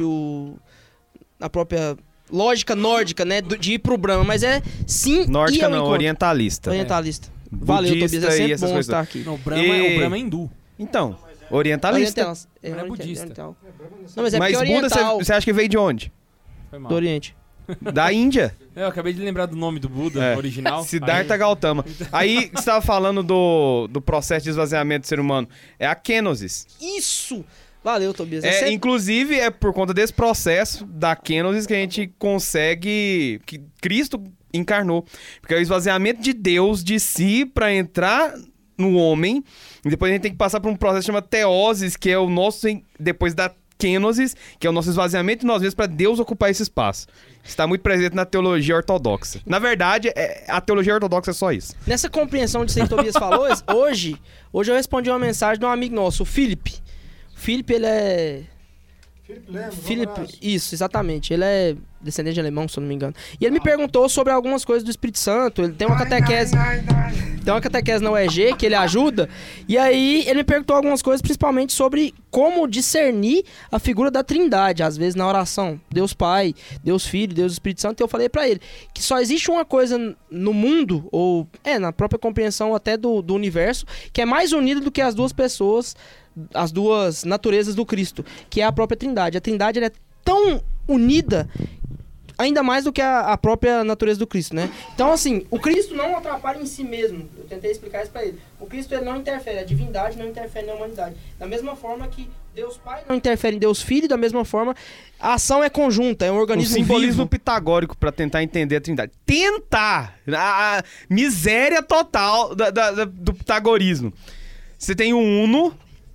Speaker 4: na própria lógica nórdica, né? De ir pro Brahma, mas é sim
Speaker 5: Nórdica
Speaker 4: ir ao
Speaker 5: não,
Speaker 4: encontro.
Speaker 5: Orientalista.
Speaker 4: Orientalista. Valeu,
Speaker 5: Budista
Speaker 4: Tobias, é
Speaker 5: e
Speaker 4: sempre
Speaker 5: essas
Speaker 4: bom
Speaker 5: coisas.
Speaker 4: estar aqui.
Speaker 1: Não, o Brahma é hindu.
Speaker 5: Então, orientalista.
Speaker 4: Oriental.
Speaker 1: Não é budista.
Speaker 4: Oriental. Não, mas é
Speaker 5: Mas
Speaker 4: porque
Speaker 5: Buda,
Speaker 4: oriental
Speaker 5: você acha que veio de onde?
Speaker 1: Foi mal.
Speaker 4: do Oriente.
Speaker 5: Da Índia.
Speaker 1: Eu acabei de lembrar do nome do Buda original.
Speaker 5: Siddhartha Gautama. Aí, você estava falando do processo de esvaziamento do ser humano. É a kenosis.
Speaker 4: Isso! Valeu, Tobias.
Speaker 5: Inclusive, é por conta desse processo da kenosis que a gente consegue... Que Cristo encarnou. Porque é o esvaziamento de Deus de si para entrar no homem. E depois a gente tem que passar por um processo chamado teoses, que é o nosso... Depois da kenosis, que é o nosso esvaziamento de nós mesmos para Deus ocupar esse espaço. Está muito presente na teologia ortodoxa. Na verdade, a teologia ortodoxa é só isso.
Speaker 4: Nessa compreensão de que o Tobias falou, hoje eu respondi uma mensagem de um amigo nosso, o Felipe. O Felipe, ele é...
Speaker 2: Felipe Lemos,
Speaker 4: Felipe, isso, exatamente. Ele é descendente de alemão, se eu não me engano. E ele me perguntou sobre algumas coisas do Espírito Santo. Ele tem uma catequese. Tem uma catequese na UEG que ele ajuda. E aí ele me perguntou algumas coisas, principalmente sobre como discernir a figura da Trindade, às vezes na oração. Deus Pai, Deus Filho, Deus Espírito Santo. E eu falei pra ele que só existe uma coisa no mundo, ou na própria compreensão até do universo, que é mais unida do que as duas pessoas, as duas naturezas do Cristo, que é a própria Trindade. A Trindade ela é tão unida, ainda mais do que a própria natureza do Cristo, né? Então, assim, o Cristo não atrapalha em si mesmo. Eu tentei explicar isso pra ele. O Cristo ele não interfere, a divindade não interfere na humanidade. Da mesma forma que Deus Pai não interfere em Deus Filho, da mesma forma, a ação é conjunta, é um organismo
Speaker 5: simbolismo
Speaker 4: vivo.
Speaker 5: pitagórico pra tentar entender a Trindade. Tentar! A miséria total do pitagorismo. Você tem um uno,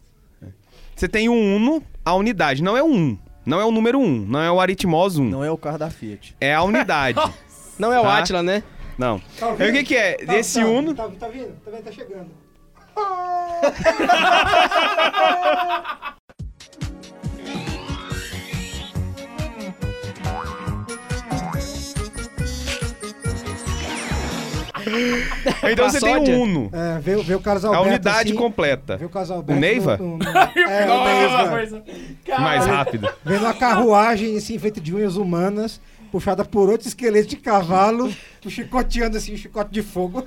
Speaker 5: a unidade. Não é o 1. Não é o número 1, não é o aritmos 1.
Speaker 3: Não é o carro da Fiat.
Speaker 5: É a unidade.
Speaker 4: Não é o
Speaker 5: Tá?
Speaker 4: Átila, né?
Speaker 5: Não.
Speaker 2: Tá
Speaker 5: Aí o que que é? Desse uno...
Speaker 2: Tá vindo? Tá vendo? Tá chegando.
Speaker 5: Então você tem
Speaker 4: Paçódia?
Speaker 5: um uno.
Speaker 2: É, vê o Carlos
Speaker 5: A
Speaker 2: Alberto
Speaker 5: unidade
Speaker 2: assim,
Speaker 5: completa.
Speaker 2: vê o Carlos Alberto
Speaker 5: O Neiva?
Speaker 2: o Neiva.
Speaker 5: Mais rápido.
Speaker 2: Vendo uma carruagem assim, feita de unhas humanas, puxada por outro esqueleto de cavalo, chicoteando assim, um chicote de fogo.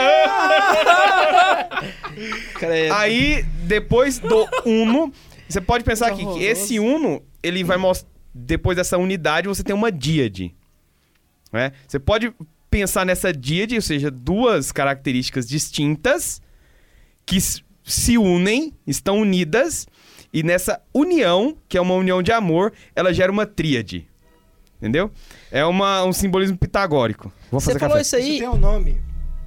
Speaker 5: Aí, depois do uno, você pode pensar aqui que esse uno, ele vai mostrar... Depois dessa unidade, você tem uma díade. Né? Você pode pensar nessa díade, ou seja, duas características distintas que se unem, estão unidas, e nessa união, que é uma união de amor, ela gera uma tríade. Entendeu? É um simbolismo pitagórico. Vou
Speaker 4: Você
Speaker 5: fazer
Speaker 4: falou
Speaker 5: café.
Speaker 4: isso
Speaker 2: Isso
Speaker 4: aí.
Speaker 2: tem um nome.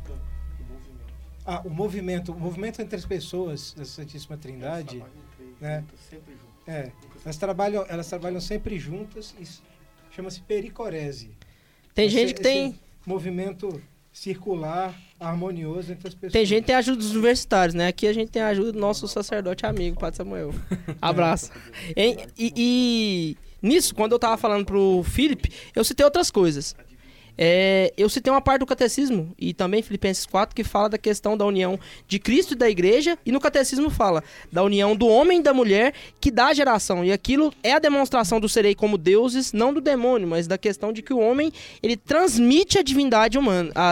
Speaker 2: O movimento entre as pessoas da Santíssima Trindade, né? Elas trabalham sempre juntas e chama-se pericorese.
Speaker 4: Tem gente que tem.
Speaker 2: Movimento circular, harmonioso entre as pessoas.
Speaker 4: Tem gente que tem a ajuda dos universitários, né? Aqui a gente tem a ajuda do nosso sacerdote amigo, Padre Samuel. Abraço. E nisso, quando eu tava falando pro Felipe, eu citei outras coisas. Eu citei uma parte do catecismo, e também Filipenses 4, que fala da questão da união de Cristo e da igreja, e no catecismo fala da união do homem e da mulher que dá a geração, e aquilo é a demonstração do serei como deuses, não do demônio, mas da questão de que o homem, ele transmite a divindade humana, a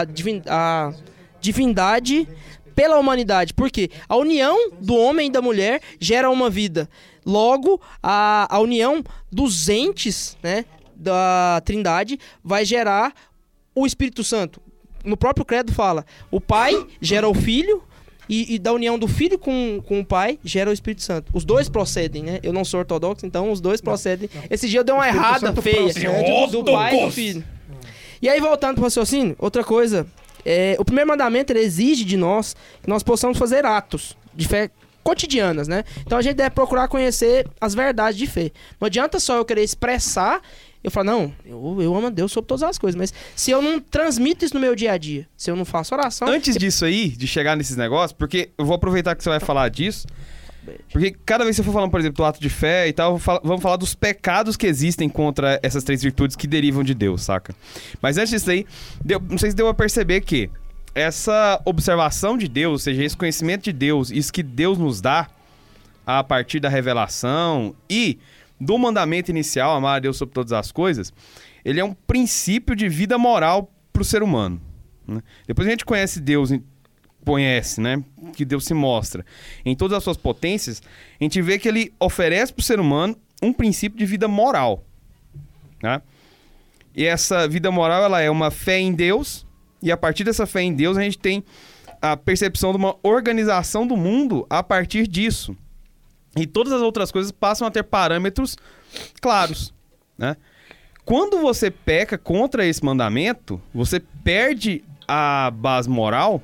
Speaker 4: divindade pela humanidade. Por quê? A união do homem e da mulher gera uma vida. Logo, a união dos entes, né, da Trindade vai gerar o Espírito Santo. No próprio credo fala, o Pai gera o Filho e da união do Filho com o Pai gera o Espírito Santo. Os dois procedem, né? Eu não sou ortodoxo, então os dois procedem. Esse dia eu dei uma errada
Speaker 2: Santo
Speaker 4: feia
Speaker 2: procede
Speaker 4: do Pai e do Filho. E aí, voltando pro raciocínio, outra coisa. O primeiro mandamento, ele exige de nós que nós possamos fazer atos de fé cotidianas, né? Então a gente deve procurar conhecer as verdades de fé. Não adianta só eu querer expressar, eu falar, não, eu amo a Deus sobre todas as coisas, mas se eu não transmito isso no meu dia a dia, se eu não faço oração...
Speaker 5: Antes disso aí, de chegar nesses negócios, porque eu vou aproveitar que você vai falar disso, porque cada vez que você for falando, por exemplo, do ato de fé e tal, vamos falar dos pecados que existem contra essas três virtudes que derivam de Deus, saca? Mas antes disso aí, não sei se deu a perceber que essa observação de Deus, ou seja, esse conhecimento de Deus, isso que Deus nos dá a partir da revelação e do mandamento inicial, amar a Deus sobre todas as coisas, ele é um princípio de vida moral para o ser humano, né? Depois a gente conhece Deus, né? Que Deus se mostra em todas as suas potências, a gente vê que ele oferece para o ser humano um princípio de vida moral, né? E essa vida moral, ela é uma fé em Deus, e a partir dessa fé em Deus a gente tem a percepção de uma organização do mundo a partir disso. E todas as outras coisas passam a ter parâmetros claros, né? Quando você peca contra esse mandamento, você perde a base moral.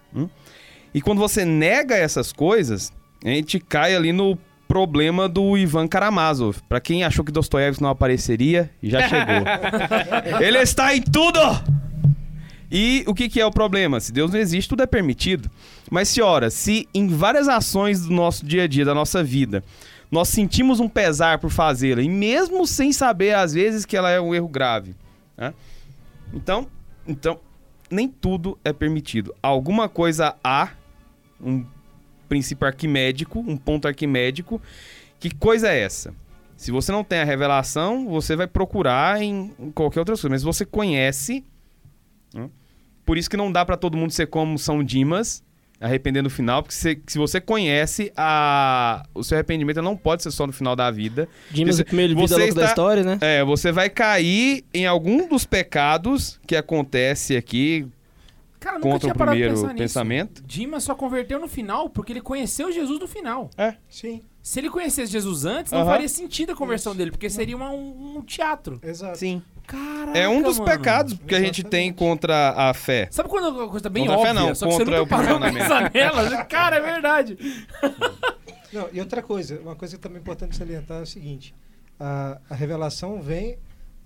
Speaker 5: E quando você nega essas coisas, a gente cai ali no problema do Ivan Karamazov. Pra quem achou que Dostoiévski não apareceria, já chegou. Ele está em tudo! E o que é o problema? Se Deus não existe, tudo é permitido. Mas se em várias ações do nosso dia a dia, da nossa vida, nós sentimos um pesar por fazê-la, e mesmo sem saber, às vezes, que ela é um erro grave. Né? Então, nem tudo é permitido. Alguma coisa há, um princípio arquimédico, um ponto arquimédico. Que coisa é essa? Se você não tem a revelação, você vai procurar em qualquer outra coisa. Mas você conhece, né? Por isso que não dá pra todo mundo ser como São Dimas, arrepender no final, porque se você conhece, o seu arrependimento não pode ser só no final da vida.
Speaker 4: Dimas, o primeiro vida louco da história, né?
Speaker 5: Você vai cair em algum dos pecados que acontece aqui.
Speaker 1: Cara, nunca
Speaker 5: contra
Speaker 1: tinha
Speaker 5: o
Speaker 1: parado de
Speaker 5: primeiro
Speaker 1: pensar nisso.
Speaker 5: pensamento.
Speaker 1: Dimas só converteu no final porque ele conheceu Jesus no final.
Speaker 2: Sim,
Speaker 1: Se ele conhecesse Jesus antes, não faria sentido a conversão dele, porque seria um teatro.
Speaker 2: exato.
Speaker 5: Sim.
Speaker 1: Caraca,
Speaker 5: É um dos
Speaker 1: mano.
Speaker 5: pecados que a gente tem contra a fé.
Speaker 1: Sabe quando uma coisa tá bem
Speaker 5: Contra a fé,
Speaker 1: óbvia,
Speaker 5: não,
Speaker 1: só que você
Speaker 5: contra
Speaker 1: nunca
Speaker 5: o
Speaker 1: parou pra
Speaker 5: posicionamento.
Speaker 1: pensar nela? Cara, é verdade.
Speaker 2: Não, e outra coisa, uma coisa que também é importante salientar é o seguinte: a revelação vem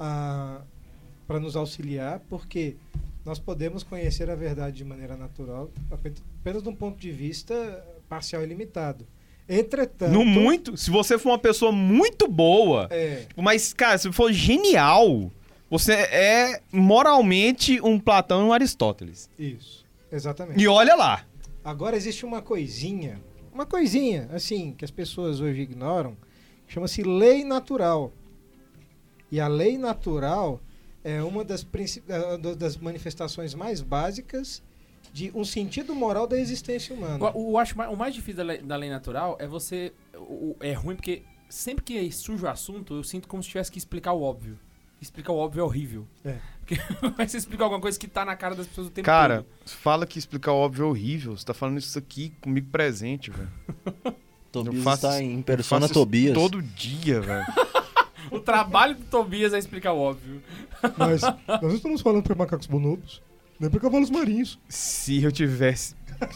Speaker 2: para nos auxiliar, porque nós podemos conhecer a verdade de maneira natural, apenas de um ponto de vista parcial e limitado. Entretanto...
Speaker 5: Se você for uma pessoa muito boa, mas, cara, se for genial, você é moralmente um Platão e um Aristóteles.
Speaker 2: Isso, exatamente.
Speaker 5: E olha lá.
Speaker 2: Agora existe uma coisinha, assim, que as pessoas hoje ignoram, chama-se lei natural. E a lei natural é uma das manifestações mais básicas de um sentido moral da existência humana.
Speaker 1: Eu acho o mais difícil da lei natural é você... É ruim porque sempre que surge o assunto, eu sinto como se tivesse que explicar o óbvio. Explicar o óbvio é horrível. Porque vai você explicar alguma coisa que tá na cara das pessoas o tempo todo.
Speaker 5: Cara, fala que explicar o óbvio é horrível. Você tá falando isso aqui comigo presente, velho.
Speaker 3: Tobias
Speaker 5: faço
Speaker 3: está em
Speaker 5: eu
Speaker 3: persona
Speaker 5: faço isso
Speaker 3: Tobias.
Speaker 5: todo dia, velho.
Speaker 1: O trabalho do Tobias é explicar o óbvio.
Speaker 2: Mas nós não estamos falando para macacos bonobos, nem para cavalos marinhos.
Speaker 5: Se eu tivesse...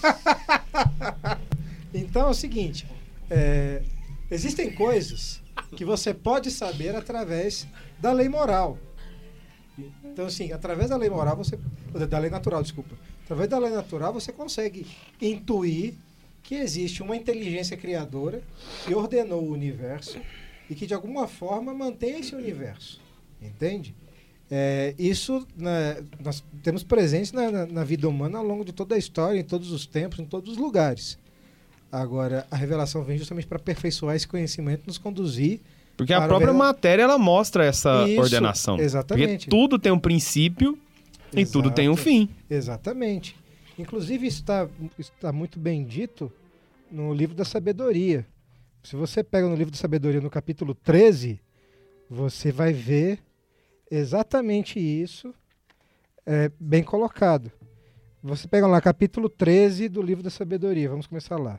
Speaker 2: Então é o seguinte, existem coisas que você pode saber através da lei moral. Então, assim, através da lei moral, da lei natural, desculpa. Através da lei natural, você consegue intuir que existe uma inteligência criadora que ordenou o universo e que, de alguma forma, mantém esse universo. Entende? Isso nós temos presente na vida humana ao longo de toda a história, em todos os tempos, em todos os lugares. Agora, a revelação vem justamente para aperfeiçoar esse conhecimento, nos conduzir...
Speaker 5: Porque a própria matéria, ela mostra essa
Speaker 2: Isso,
Speaker 5: ordenação.
Speaker 2: exatamente.
Speaker 5: Porque tudo tem um princípio e tudo tem um fim.
Speaker 2: Exatamente. Inclusive, isso está muito bem dito no livro da sabedoria. Se você pega no livro da sabedoria, no capítulo 13, você vai ver exatamente isso bem colocado. Você pega lá, capítulo 13 do livro da sabedoria. Vamos começar lá.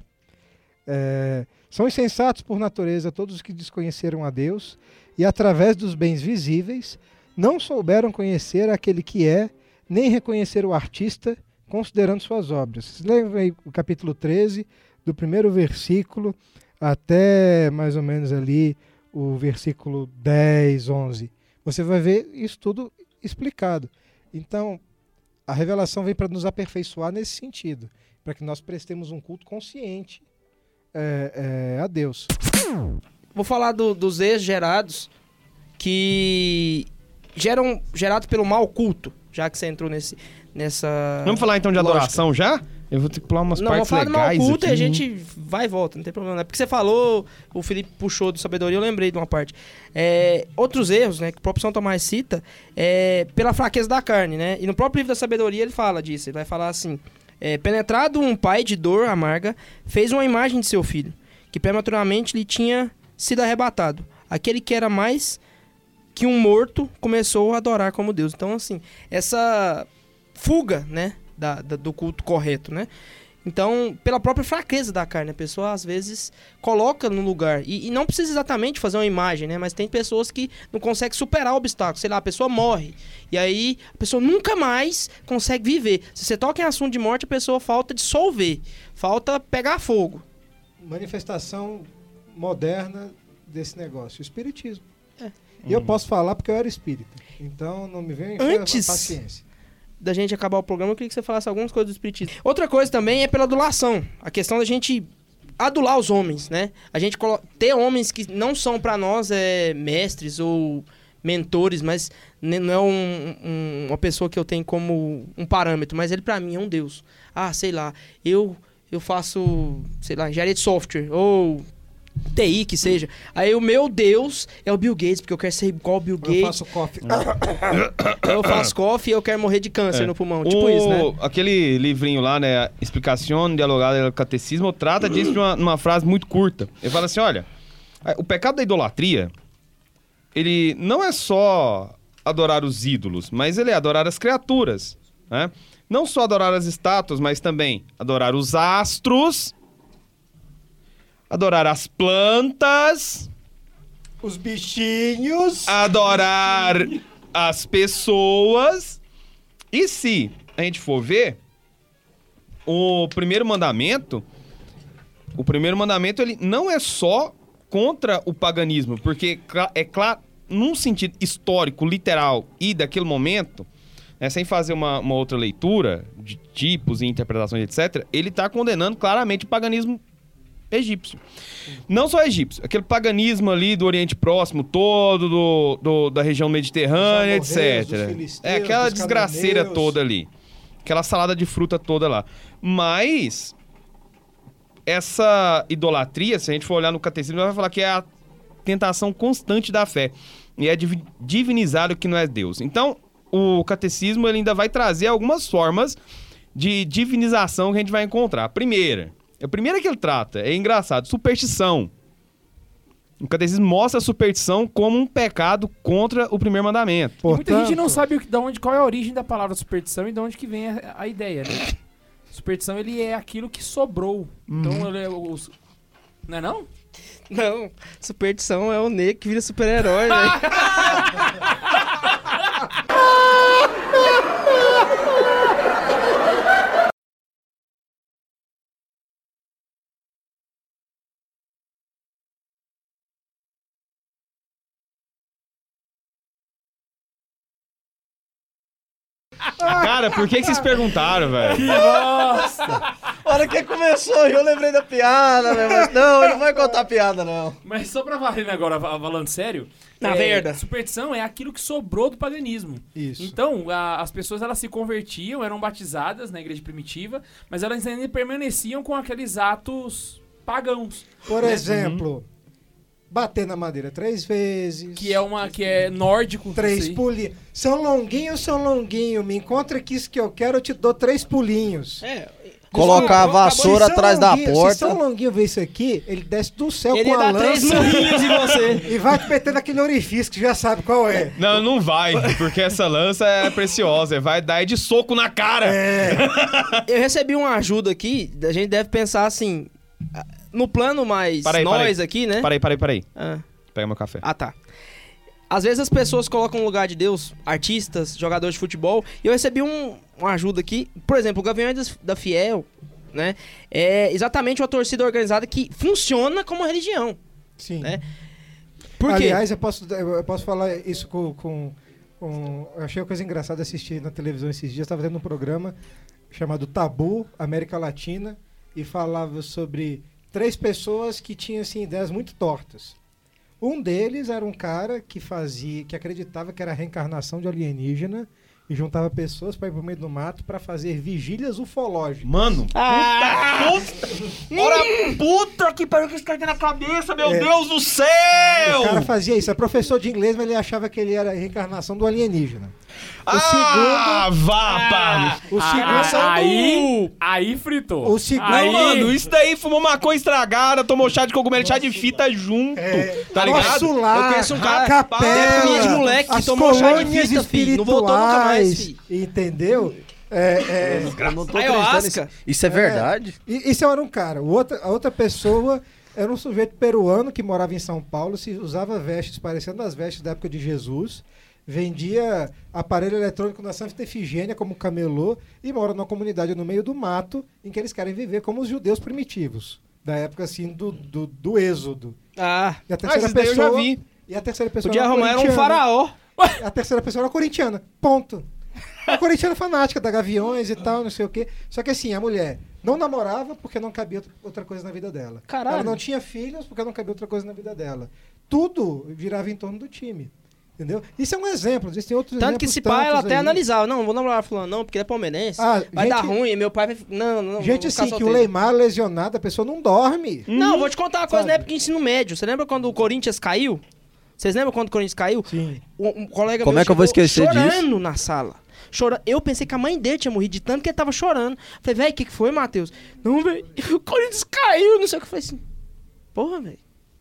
Speaker 2: São insensatos por natureza todos os que desconheceram a Deus e, através dos bens visíveis, não souberam conhecer aquele que é, nem reconhecer o artista, considerando suas obras. Vocês lembram aí o capítulo 13, do primeiro versículo até mais ou menos ali o versículo 10, 11. Você vai ver isso tudo explicado. Então, a revelação vem para nos aperfeiçoar nesse sentido, para que nós prestemos um culto consciente a Deus.
Speaker 4: Vou falar dos erros gerados que gerados pelo mau culto, já que você entrou nessa
Speaker 5: Vamos falar então de
Speaker 4: lógica.
Speaker 5: adoração já? Eu vou ter que pular umas
Speaker 4: Não, vamos
Speaker 5: partes
Speaker 4: falar do mau
Speaker 5: legais
Speaker 4: culto
Speaker 5: aqui.
Speaker 4: e a gente vai e volta, não tem problema. É porque você falou, o Felipe puxou do sabedoria, eu lembrei de uma parte. Outros erros, né, que o próprio São Tomás cita, pela fraqueza da carne, né? E no próprio livro da sabedoria ele fala disso, ele vai falar assim: penetrado um pai de dor amarga, fez uma imagem de seu filho, que prematuramente lhe tinha sido arrebatado. Aquele que era mais que um morto começou a adorar como Deus. Então, assim, essa fuga, né, do culto correto, né? Então, pela própria fraqueza da carne, a pessoa às vezes coloca no lugar. E não precisa exatamente fazer uma imagem, né? Mas tem pessoas que não conseguem superar o obstáculo. Sei lá, a pessoa morre. E aí, a pessoa nunca mais consegue viver. Se você toca em assunto de morte, a pessoa falta dissolver. Falta pegar fogo.
Speaker 2: Manifestação moderna desse negócio, o espiritismo. E eu posso falar porque eu era espírita. Então, não me venha
Speaker 4: Antes
Speaker 2: paciência.
Speaker 4: da gente acabar o programa, eu queria que você falasse algumas coisas do espiritismo. Outra coisa também é pela adulação. A questão da gente adular os homens, né? A gente ter homens que não são pra nós mestres ou mentores, mas não é uma pessoa que eu tenho como um parâmetro, mas ele pra mim é um Deus. Ah, sei lá, eu faço, sei lá, engenharia de software ou TI que seja. Aí o meu Deus é o Bill Gates, porque eu quero ser igual ao Bill Gates.
Speaker 2: Eu faço coffee.
Speaker 4: Eu faço coffee e eu quero morrer de câncer no pulmão. Tipo isso, né?
Speaker 5: Aquele livrinho lá, né? Explicação dialogada do Catecismo, trata disso de uma frase muito curta. Ele fala assim, olha, o pecado da idolatria, ele não é só adorar os ídolos, mas ele é adorar as criaturas, né? Não só adorar as estátuas, mas também adorar os astros, adorar as plantas,
Speaker 2: Os bichinhos.
Speaker 5: adorar as pessoas. E se a gente for ver, o primeiro mandamento ele não é só contra o paganismo, porque é claro, num sentido histórico, literal e daquele momento, né, sem fazer uma outra leitura de tipos e interpretações, etc., ele está condenando claramente o paganismo egípcio. Não só egípcio, aquele paganismo ali do Oriente Próximo todo, da região mediterrânea,
Speaker 2: Os amorreus,
Speaker 5: etc.
Speaker 2: os filisteus,
Speaker 5: É aquela
Speaker 2: os
Speaker 5: desgraceira
Speaker 2: cananeus.
Speaker 5: toda ali. Aquela salada de fruta toda lá. Mas essa idolatria, se a gente for olhar no catecismo, vai falar que é a tentação constante da fé. E é divinizar o que não é Deus. Então, o catecismo ele ainda vai trazer algumas formas de divinização que a gente vai encontrar. A primeira que ele trata, é engraçado, superstição. O catecismo mostra a superstição como um pecado contra o primeiro mandamento.
Speaker 1: E muita gente não sabe qual é a origem da palavra superstição e de onde que vem a ideia, né? Superstição, ele é aquilo que sobrou. Então, ele é não é não?
Speaker 4: Não, superstição é o negro que vira super-herói, velho.
Speaker 5: Cara, por que vocês perguntaram, velho?
Speaker 1: Nossa!
Speaker 3: A hora que começou, eu lembrei da piada, velho. Mas não, ele não vai contar piada, não.
Speaker 1: Mas só pra valer agora, falando sério...
Speaker 4: Na verdade.
Speaker 1: Superstição é aquilo que sobrou do paganismo.
Speaker 2: Isso.
Speaker 1: Então, as pessoas elas se convertiam, eram batizadas na igreja primitiva, mas elas ainda permaneciam com aqueles atos pagãos.
Speaker 2: Por exemplo, bater na madeira 3 vezes.
Speaker 1: Que é nórdico.
Speaker 2: 3 pulinhos. São Longuinho, me encontra aqui isso que eu quero, eu te dou 3 pulinhos.
Speaker 3: Colocar a vassoura
Speaker 2: Se São
Speaker 3: atrás da
Speaker 2: Longuinho-
Speaker 3: porta.
Speaker 2: Se São Longuinho ver isso aqui, ele desce do céu
Speaker 4: Ele
Speaker 2: com a
Speaker 4: dá 3
Speaker 2: lança
Speaker 4: murrinhos em você.
Speaker 2: e vai te meter naquele orifício que já sabe qual é.
Speaker 5: Não vai, porque essa lança é preciosa, vai dar de soco na cara.
Speaker 4: Eu recebi uma ajuda aqui, a gente deve pensar assim, no plano mais
Speaker 5: Para aí.
Speaker 4: aqui, né?
Speaker 5: Para aí.
Speaker 4: Ah.
Speaker 5: Pega meu café.
Speaker 4: Ah, tá. Às vezes as pessoas colocam no lugar de Deus artistas, jogadores de futebol, e eu recebi uma ajuda aqui. Por exemplo, o Gaviões da Fiel, né? É exatamente uma torcida organizada que funciona como uma religião,
Speaker 2: Sim.
Speaker 4: né? Por quê?
Speaker 2: Aliás, eu posso falar isso com eu achei uma coisa engraçada assistir na televisão esses dias. Estava tendo um programa chamado Tabu América Latina e falava sobre 3 pessoas que tinham assim, ideias muito tortas. Um deles era um cara que acreditava que era a reencarnação de alienígena e juntava pessoas para ir pro meio do mato para fazer vigílias ufológicas.
Speaker 5: Mano, puta que pariu que isso caiu na cabeça, meu Deus do céu!
Speaker 2: O cara fazia isso, é professor de inglês, mas ele achava que ele era a reencarnação do alienígena.
Speaker 5: Vá, pá!
Speaker 2: O segundo
Speaker 1: Aí fritou.
Speaker 2: O segundo-
Speaker 5: Não, mano, isso daí fumou maconha estragada, tomou chá de cogumelo, chá de fita junto, tá ligado?
Speaker 2: Nosso lar,
Speaker 4: Eu conheço um cara-
Speaker 2: capela,
Speaker 4: Deve de moleque que
Speaker 2: as
Speaker 4: tomou chá de
Speaker 2: colônias
Speaker 4: fita, filho. Não voltou nunca mais,
Speaker 2: espirituais,
Speaker 4: filho.
Speaker 2: entendeu?
Speaker 3: Eu não tô
Speaker 4: Ayahuasca.
Speaker 3: acreditando nisso. Isso é verdade?
Speaker 2: Isso era um cara. A outra pessoa era um sujeito peruano que morava em São Paulo, usava vestes parecendo as vestes da época de Jesus, vendia aparelho eletrônico na Santa Efigênia como camelô e mora numa comunidade no meio do mato em que eles querem viver como os judeus primitivos, da época assim do Êxodo.
Speaker 4: Ah,
Speaker 2: E a terceira
Speaker 5: isso daí eu já vi.
Speaker 2: E a terceira pessoa
Speaker 4: podia
Speaker 2: era
Speaker 4: arrumar era um
Speaker 2: corintiana.
Speaker 4: faraó.
Speaker 2: A terceira pessoa era corintiana. Ponto. Uma corintiana fanática da Gaviões e tal, não sei o quê. Só que assim, a mulher não namorava porque não cabia outra coisa na vida dela.
Speaker 4: Caralho.
Speaker 2: Ela não tinha filhos porque não cabia outra coisa na vida dela. Tudo virava em torno do time. Entendeu? Isso é um exemplo, existem outros
Speaker 4: Tanto que
Speaker 2: exemplos
Speaker 4: esse pai, ela
Speaker 2: tantos
Speaker 4: até
Speaker 2: aí.
Speaker 4: analisava. Não vou namorar fulano não, porque ele é palmeirense.
Speaker 2: Ah,
Speaker 4: vai dar
Speaker 2: gente-
Speaker 4: ruim, meu pai vai... Não,
Speaker 2: Gente
Speaker 4: vou ficar
Speaker 2: assim, que o
Speaker 4: solteiro.
Speaker 2: Neymar lesionado, a pessoa não dorme.
Speaker 4: Não, vou te contar uma coisa
Speaker 2: Sabe?
Speaker 4: na época de ensino médio. Você lembra quando o Corinthians caiu? Vocês lembram quando o Corinthians caiu?
Speaker 2: Sim.
Speaker 4: Um colega
Speaker 3: Como
Speaker 4: meu
Speaker 3: é que eu vou
Speaker 4: chegou
Speaker 3: esquecer
Speaker 4: chorando na sala. Chorando. Eu pensei que a mãe dele tinha morrido de tanto que ele tava chorando. Falei, velho, o que foi, Matheus? Não, velho, o Corinthians caiu, não sei o que. Eu falei assim, porra, velho.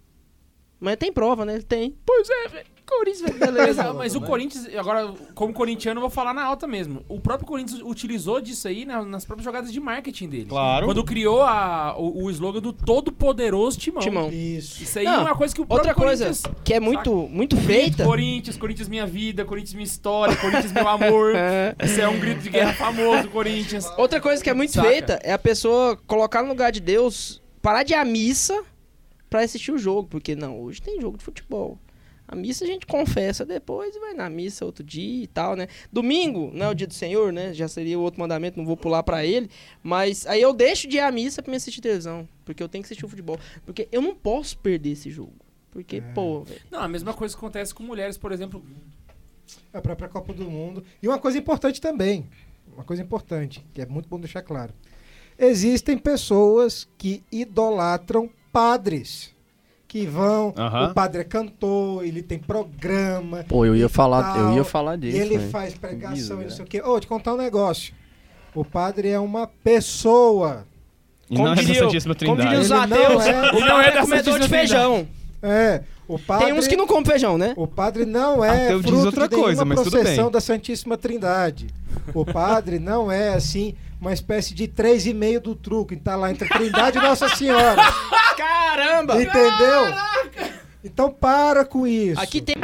Speaker 4: Mas tem prova, né? Ele tem. Pois é, velho. Corinthians, velho, beleza.
Speaker 1: Mas o Corinthians, agora, como corintiano, eu vou falar na alta mesmo. O próprio Corinthians utilizou disso aí nas próprias jogadas de marketing dele.
Speaker 5: Claro.
Speaker 1: Quando criou o slogan do Todo-Poderoso Timão.
Speaker 4: Timão.
Speaker 2: Isso.
Speaker 1: Isso aí
Speaker 4: Não,
Speaker 1: é uma coisa que o próprio
Speaker 4: Outra coisa
Speaker 1: Corinthians...
Speaker 4: que é muito feita.
Speaker 1: Corinthians minha vida, Corinthians minha história, Corinthians meu amor. Isso é um grito de guerra famoso, Corinthians.
Speaker 4: Outra coisa que é muito
Speaker 1: Saca?
Speaker 4: feita é a pessoa colocar no lugar de Deus, parar de ir à missa pra assistir o jogo. Porque não, hoje tem jogo de futebol. A missa a gente confessa depois e vai na missa outro dia e tal, né? Domingo, não é o dia do Senhor, né? Já seria o outro mandamento, não vou pular pra ele. Mas aí eu deixo de ir à missa pra me assistir televisão. Porque eu tenho que assistir o futebol. Porque eu não posso perder esse jogo. Porque, pô, velho.
Speaker 1: Não, a mesma coisa acontece com mulheres, por exemplo.
Speaker 2: A própria Copa do Mundo. E uma coisa importante também, uma coisa importante, que é muito bom deixar claro. Existem pessoas que idolatram padres. Que vão,
Speaker 5: Aham.
Speaker 2: o padre é cantor, ele tem programa.
Speaker 3: Pô, eu ia
Speaker 2: e
Speaker 3: falar
Speaker 2: tal,
Speaker 3: disso.
Speaker 2: E ele
Speaker 3: velho.
Speaker 2: faz pregação
Speaker 3: Isso,
Speaker 2: e não
Speaker 3: velho.
Speaker 2: sei o quê. Ô, te contar um negócio. O padre é uma pessoa.
Speaker 5: E não é da
Speaker 4: diria o-
Speaker 5: Santíssima
Speaker 4: como diria
Speaker 5: Trindade.
Speaker 4: os
Speaker 2: Ele não
Speaker 4: ateus,
Speaker 2: é-
Speaker 4: o
Speaker 1: ele não
Speaker 4: padre
Speaker 1: é
Speaker 4: é
Speaker 1: da
Speaker 4: comedor de
Speaker 1: Santíssima
Speaker 4: feijão.
Speaker 2: É, o padre...
Speaker 4: Tem uns que não comem feijão, né?
Speaker 2: O padre não é
Speaker 5: Ateu diz
Speaker 2: fruto
Speaker 5: outra
Speaker 2: de
Speaker 5: coisa,
Speaker 2: nenhuma
Speaker 5: mas tudo
Speaker 2: processão
Speaker 5: bem.
Speaker 2: da Santíssima Trindade. O padre não é, assim, uma espécie de 3,5 do truco, que tá lá entre Trindade e Nossa Senhora.
Speaker 4: Caramba!
Speaker 2: Entendeu? Então para com isso.
Speaker 4: Aqui tem...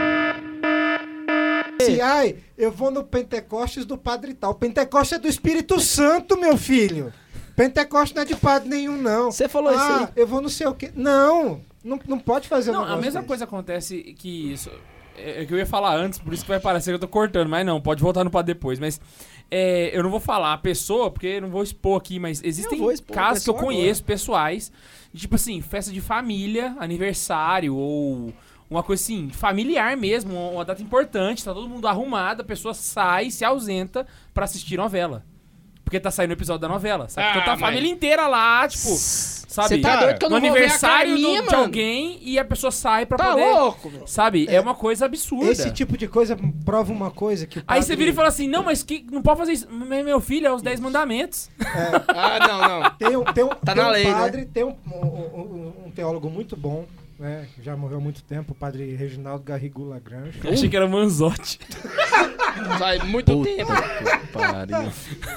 Speaker 2: Assim, ai, eu vou no Pentecostes do padre tal. Pentecostes é do Espírito Santo, meu filho. Pentecostes não é de padre nenhum, não.
Speaker 4: Você falou isso aí.
Speaker 2: Eu vou não sei o quê. Não pode fazer um
Speaker 1: Não, a
Speaker 2: negócio
Speaker 1: mesma
Speaker 2: desse.
Speaker 1: coisa acontece que isso. É que eu ia falar antes, por isso que vai parecer que eu tô cortando, mas não, pode voltar no pra depois. Mas eu não vou falar a pessoa, porque eu não vou expor aqui, mas existem
Speaker 4: Eu vou expor a
Speaker 1: casos que eu
Speaker 4: pessoa
Speaker 1: conheço, pessoais, de, tipo assim, festa de família, aniversário, ou uma coisa assim, familiar mesmo, uma data importante, tá todo mundo arrumado, a pessoa sai, se ausenta pra assistir novela. Porque tá saindo o episódio da novela, sabe? Então tá a
Speaker 5: mas-
Speaker 1: família inteira lá, tipo, sabe?
Speaker 4: Você tá
Speaker 5: Cara,
Speaker 4: doido que eu
Speaker 1: no
Speaker 4: não vou ver a
Speaker 1: aniversário
Speaker 4: Carminha,
Speaker 1: de
Speaker 4: mano?
Speaker 1: alguém e a pessoa sai pra
Speaker 4: Tá
Speaker 1: poder...
Speaker 4: louco, velho.
Speaker 1: Sabe? É uma coisa absurda.
Speaker 2: Esse tipo de coisa prova uma coisa que o
Speaker 1: Aí
Speaker 2: padre...
Speaker 1: você vira e fala assim, não, mas que não pode fazer isso. Meu filho, é os 10 mandamentos.
Speaker 4: Ah, não. Tá
Speaker 2: tem
Speaker 4: na
Speaker 2: um
Speaker 4: lei, né?
Speaker 2: padre, tem um teólogo muito bom, né? Já morreu há muito tempo, o padre Reginaldo Garrigou Lagrange.
Speaker 1: Eu achei que era Manzotti.
Speaker 4: Faz muito
Speaker 3: Puta
Speaker 4: tempo.
Speaker 3: que pariu.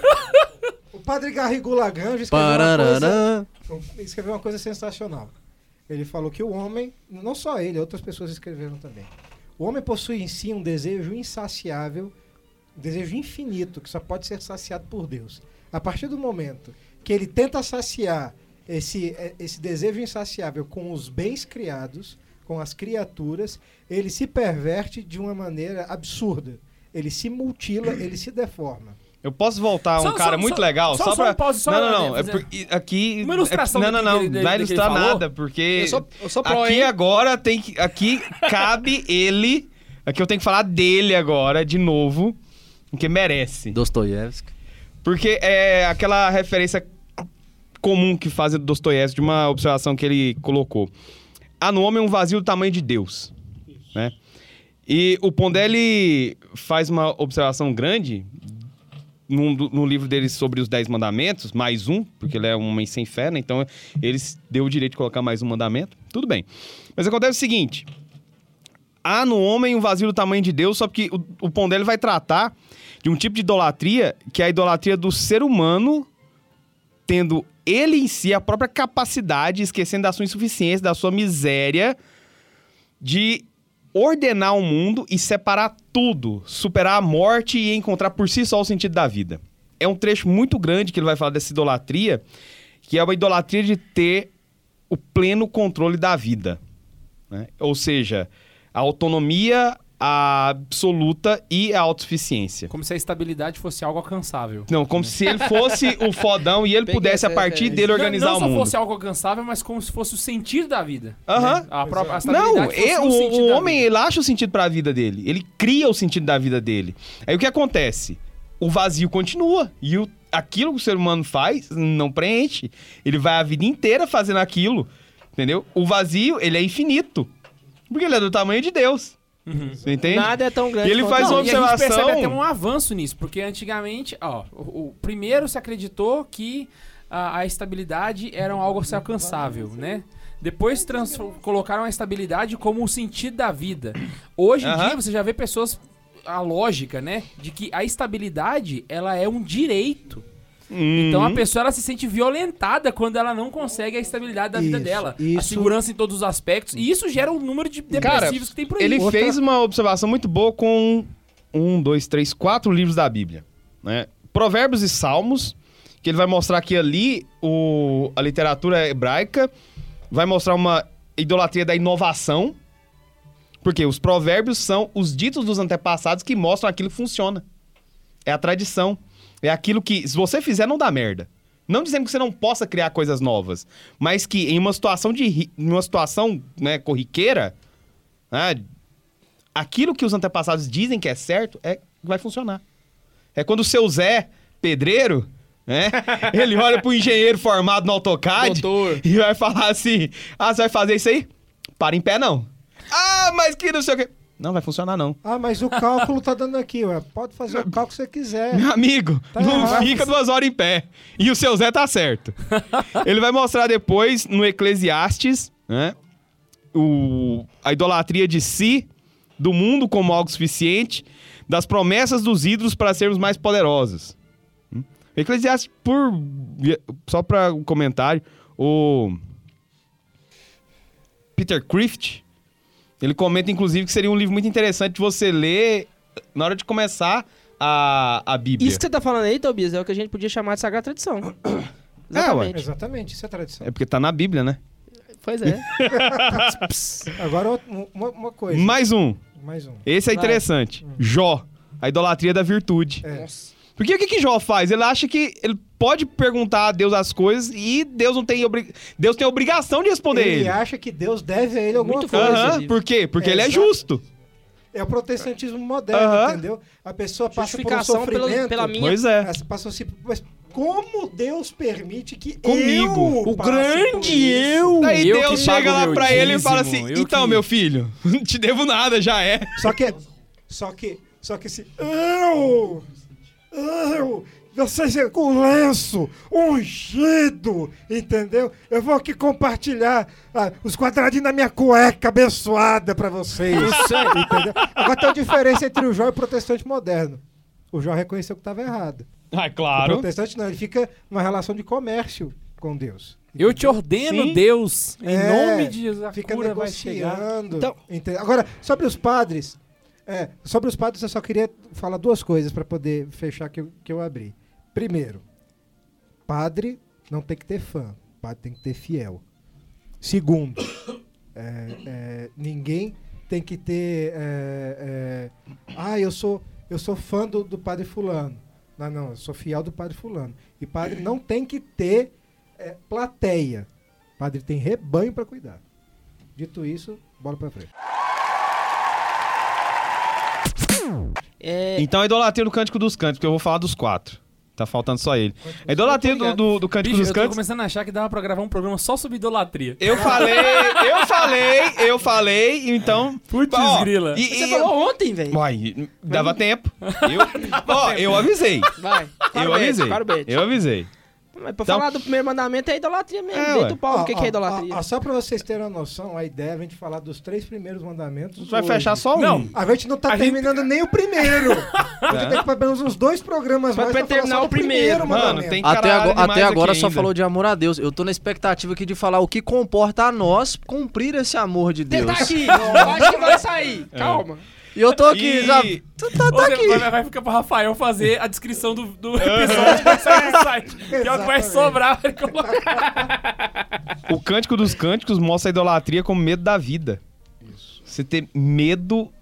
Speaker 2: O padre Garrigou Lagrange escreveu uma coisa sensacional. Ele falou que o homem, não só ele, outras pessoas escreveram também. O homem possui em si um desejo insaciável, um desejo infinito, que só pode ser saciado por Deus. A partir do momento que ele tenta saciar esse desejo insaciável com os bens criados, com as criaturas, ele se perverte de uma maneira absurda. Ele se mutila, ele se deforma.
Speaker 5: Eu posso voltar
Speaker 1: Só-
Speaker 5: um cara
Speaker 1: só-
Speaker 5: muito
Speaker 1: só-
Speaker 5: legal?
Speaker 1: só
Speaker 5: pra...
Speaker 1: um pause, só
Speaker 5: não.
Speaker 1: pra-
Speaker 5: É porque aqui...
Speaker 1: Uma ilustração
Speaker 5: não,
Speaker 1: dele-
Speaker 5: não
Speaker 1: dele-
Speaker 5: vai
Speaker 1: dele que
Speaker 5: ilustrar
Speaker 1: ele falou.
Speaker 5: nada, porque...
Speaker 4: Eu sou pró,
Speaker 5: aqui
Speaker 4: hein?
Speaker 5: agora tem que... Aqui cabe ele... Aqui eu tenho que falar dele agora, de novo, porque merece.
Speaker 3: Dostoiévski.
Speaker 5: Porque é aquela referência comum que fazem do Dostoiévski, de uma observação que ele colocou. Há no homem um vazio do tamanho de Deus. Né? E o Pondelli faz uma observação grande no livro dele sobre os 10 mandamentos, mais um, porque ele é um homem sem fé, né? Então ele deu o direito de colocar mais um mandamento. Tudo bem. Mas acontece o seguinte: há no homem um vazio do tamanho de Deus, só que o Pondelli vai tratar de um tipo de idolatria, que é a idolatria do ser humano, tendo ele em si a própria capacidade, esquecendo da sua insuficiência, da sua miséria, de ordenar o mundo e separar tudo, superar a morte e encontrar por si só o sentido da vida. É um trecho muito grande que ele vai falar dessa idolatria, que é uma idolatria de ter o pleno controle da vida. Né? Ou seja, a autonomia, a absoluta e a autossuficiência.
Speaker 1: Como se a estabilidade fosse algo alcançável.
Speaker 5: Não, como se ele fosse o fodão e ele
Speaker 3: Peguei
Speaker 5: pudesse, a
Speaker 3: essa
Speaker 5: partir
Speaker 3: referência.
Speaker 5: dele, organizar
Speaker 1: não
Speaker 5: o
Speaker 1: só
Speaker 5: mundo.
Speaker 1: fosse algo alcançável, mas como se fosse o sentido da vida.
Speaker 5: Aham.
Speaker 1: Né? A própria a
Speaker 5: Não,
Speaker 1: estabilidade fosse o sentido
Speaker 5: o
Speaker 1: da
Speaker 5: homem,
Speaker 1: vida.
Speaker 5: ele acha o sentido pra vida dele. Ele cria o sentido da vida dele. Aí o que acontece? O vazio continua. E aquilo que o ser humano faz não preenche. Ele vai a vida inteira fazendo aquilo. Entendeu? O vazio, ele é infinito. Porque ele é do tamanho de Deus. Você entende?
Speaker 4: Nada é tão grande
Speaker 5: E ele
Speaker 4: quanto
Speaker 5: faz
Speaker 1: Não,
Speaker 5: uma
Speaker 1: e a gente
Speaker 5: observação.
Speaker 1: percebe até um avanço nisso, porque antigamente, ó, o primeiro se acreditou que a estabilidade era algo a ser alcançável, né? Depois colocaram a estabilidade como o sentido da vida. Hoje em
Speaker 5: Aham.
Speaker 1: dia você já vê pessoas, a lógica, né, de que a estabilidade, ela é um direito. Então a pessoa, ela se sente violentada quando ela não consegue a estabilidade da vida
Speaker 2: Isso,
Speaker 1: dela. A
Speaker 2: isso.
Speaker 1: segurança em todos os aspectos. E isso gera um número de
Speaker 5: Cara,
Speaker 1: depressivos que tem por aí.
Speaker 5: ele
Speaker 2: Outra-
Speaker 5: fez uma observação muito boa com 4 livros da Bíblia, né? Provérbios e Salmos, que ele vai mostrar que ali a literatura hebraica vai mostrar uma idolatria da inovação, porque os provérbios são os ditos dos antepassados que mostram aquilo que funciona. É a tradição. É aquilo que, se você fizer, não dá merda. Não dizendo que você não possa criar coisas novas, mas que em uma situação né, corriqueira, né, aquilo que os antepassados dizem que é certo, vai funcionar. É quando o seu Zé, pedreiro, né, ele olha pro engenheiro formado no AutoCAD
Speaker 1: Doutor.
Speaker 5: e vai falar assim, você vai fazer isso aí? Para em pé, não. Mas que não sei o quê. Não vai funcionar, não.
Speaker 2: Mas o cálculo tá dando aqui, ué. Pode fazer o cálculo que você quiser.
Speaker 5: Meu amigo,
Speaker 2: Tá
Speaker 5: não
Speaker 2: errado.
Speaker 5: fica 2 horas em pé. E o seu Zé tá certo. Ele vai mostrar depois, no Eclesiastes, né, a idolatria de si, do mundo como algo suficiente, das promessas dos ídolos para sermos mais poderosos. Eclesiastes, só para um comentário, o Peter Crift, ele comenta, inclusive, que seria um livro muito interessante de você ler na hora de começar a Bíblia.
Speaker 4: Isso que você tá falando aí, Tobias, é o que a gente podia chamar de Sagrada Tradição. Exatamente.
Speaker 2: Exatamente, isso é tradição.
Speaker 5: É porque tá na Bíblia, né?
Speaker 4: Pois é.
Speaker 2: Agora, uma coisa.
Speaker 5: Mais um.
Speaker 2: Mais um.
Speaker 5: Esse é
Speaker 4: Vai.
Speaker 5: interessante. Jó, a idolatria da virtude.
Speaker 2: É.
Speaker 5: Porque o que Jó faz? Ele acha que ele pode perguntar a Deus as coisas e Deus não tem Deus tem a obrigação de responder
Speaker 2: Ele
Speaker 5: ele.
Speaker 2: acha que Deus deve a ele alguma
Speaker 4: Muito
Speaker 2: coisa.
Speaker 4: forte.
Speaker 5: Aham,
Speaker 4: inclusive.
Speaker 5: por quê? Porque ele é
Speaker 2: Exato.
Speaker 5: justo.
Speaker 2: É o protestantismo moderno,
Speaker 5: Aham.
Speaker 2: entendeu? A pessoa passa por um
Speaker 4: Justificação
Speaker 2: sofrimento.
Speaker 4: pela minha...
Speaker 5: Pois é.
Speaker 2: Ela passa assim, mas como Deus permite que
Speaker 5: Comigo.
Speaker 2: eu
Speaker 4: O
Speaker 2: passe
Speaker 4: grande
Speaker 2: por isso?
Speaker 4: eu.
Speaker 5: Daí
Speaker 1: Eu
Speaker 5: Deus
Speaker 1: que pago
Speaker 5: chega lá
Speaker 1: meu
Speaker 5: pra ele e fala assim,
Speaker 1: dízimo, eu
Speaker 5: então,
Speaker 1: que-
Speaker 5: meu filho, não te devo nada, já é.
Speaker 2: Só que se vocês com lenço ungido, entendeu? Eu vou aqui compartilhar os quadradinhos da minha cueca abençoada pra vocês, entendeu? Agora tem a diferença entre o Jó e o protestante moderno. O Jó reconheceu que estava errado.
Speaker 5: Ah,
Speaker 2: O
Speaker 5: claro.
Speaker 2: protestante não, ele fica numa relação de comércio com Deus.
Speaker 1: Eu te ordeno,
Speaker 5: Sim.
Speaker 1: Deus, em
Speaker 2: É,
Speaker 1: nome de Jesus, a
Speaker 2: Fica
Speaker 1: cura vai chegar.
Speaker 2: negociando.
Speaker 4: Então-
Speaker 2: entendeu? Agora, sobre os padres, eu só queria falar 2 coisas para poder fechar que eu abri. Primeiro, padre não tem que ter fã, padre tem que ter fiel. Segundo, ninguém tem que ter. Eu sou fã do padre fulano. Não, eu sou fiel do padre fulano. E padre não tem que ter plateia. Padre tem rebanho para cuidar. Dito isso, bora pra frente.
Speaker 5: Então a idolatria do Cântico dos Cânticos, que eu vou falar dos 4. Tá faltando só ele. A idolatria do Cântico
Speaker 1: Bicho,
Speaker 5: dos
Speaker 1: eu tô
Speaker 5: Cânticos...
Speaker 1: começando a achar que dava pra gravar um programa só sobre idolatria.
Speaker 5: Eu falei, então...
Speaker 1: Putz,
Speaker 5: Ó,
Speaker 1: grila.
Speaker 4: Você falou ontem, velho.
Speaker 5: Uai, dava tempo. Eu avisei.
Speaker 4: Vai.
Speaker 5: Eu avisei.
Speaker 4: Mas pra
Speaker 5: Então-
Speaker 4: falar do primeiro mandamento é idolatria mesmo.
Speaker 5: É,
Speaker 4: Deita
Speaker 5: ué.
Speaker 4: o pau. O que é idolatria?
Speaker 2: Só pra vocês terem uma noção, a ideia é a gente falar dos 3 primeiros mandamentos.
Speaker 5: A gente vai
Speaker 2: hoje.
Speaker 5: fechar só um.
Speaker 1: Não.
Speaker 2: A gente não tá
Speaker 1: A gente-
Speaker 2: terminando nem o primeiro. A gente tem que pelo menos uns 2 programas
Speaker 4: Pra
Speaker 2: mais pra falar
Speaker 4: terminar
Speaker 2: só
Speaker 4: o
Speaker 2: do primeiro
Speaker 5: Mano,
Speaker 2: mandamento.
Speaker 5: tem
Speaker 3: Até,
Speaker 5: caralho demais
Speaker 3: até agora
Speaker 5: aqui
Speaker 3: só
Speaker 5: ainda.
Speaker 3: falou de amor a Deus. Eu tô na expectativa aqui de falar o que comporta a nós cumprir esse amor de Deus.
Speaker 4: Tentar aqui. Eu acho que vai sair. Calma.
Speaker 3: E eu tô aqui
Speaker 5: E-
Speaker 3: já. Tá
Speaker 1: Ou
Speaker 3: aqui.
Speaker 1: vai ficar pro Rafael fazer a descrição do episódio que vai sair no site. Que é o que vai
Speaker 2: Exatamente.
Speaker 1: sobrar pra ele colocar.
Speaker 5: O Cântico dos Cânticos mostra a idolatria como medo da vida. Você ter medo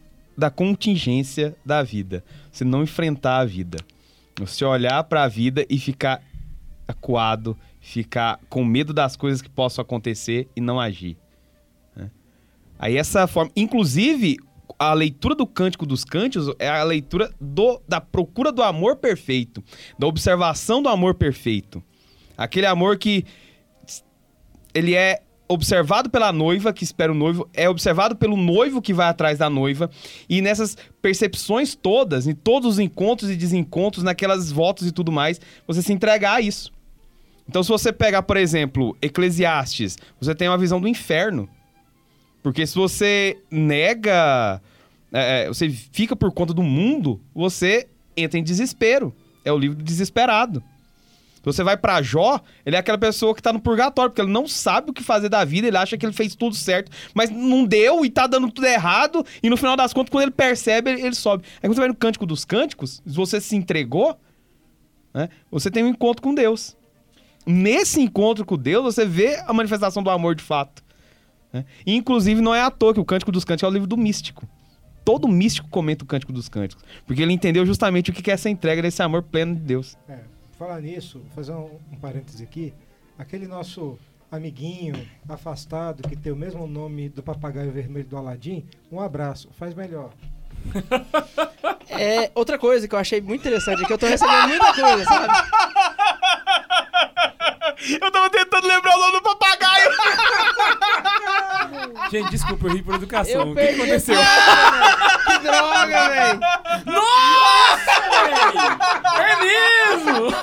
Speaker 5: da contingência da vida. Você não enfrentar a vida. Você olhar para a vida e ficar acuado, ficar com medo das coisas que possam acontecer e não agir. Né? Aí essa forma... Inclusive, a leitura do Cântico dos Cânticos é a leitura da procura do amor perfeito, da observação do amor perfeito. Aquele amor que ele é observado pela noiva que espera o noivo, é observado pelo noivo que vai atrás da noiva, e nessas percepções todas, em todos os encontros e desencontros, naquelas voltas e tudo mais, você se entregar a isso. Então, se você pegar, por exemplo, Eclesiastes, você tem uma visão do inferno. Porque se você nega, você fica por conta do mundo, você entra em desespero. É o livro do desesperado. Se você vai pra Jó, ele é aquela pessoa que tá no purgatório, porque ele não sabe o que fazer da vida, ele acha que ele fez tudo certo, mas não deu e tá dando tudo errado, e no final das contas, quando ele percebe, ele sobe. Aí quando você vai no Cântico dos Cânticos, se você se entregou, né, você tem um encontro com Deus. Nesse encontro com Deus, você vê a manifestação do amor de fato. Né? E, inclusive, não é à toa que o Cântico dos Cânticos é o livro do místico. Todo místico comenta o Cântico dos Cânticos, porque ele entendeu justamente o que é essa entrega desse amor pleno de Deus.
Speaker 2: Falar nisso, vou fazer um parêntese aqui. Aquele nosso amiguinho afastado que tem o mesmo nome do papagaio vermelho do Aladim, um abraço, faz melhor.
Speaker 4: Outra coisa que eu achei muito interessante é que eu tô recebendo muita coisa, sabe?
Speaker 5: Eu tava tentando lembrar o nome do papagaio.
Speaker 1: Gente, desculpa, eu ri por educação.
Speaker 4: Eu
Speaker 1: O que
Speaker 4: perdi
Speaker 1: aconteceu?
Speaker 4: Que droga, velho!
Speaker 1: Nossa, velho! É mesmo!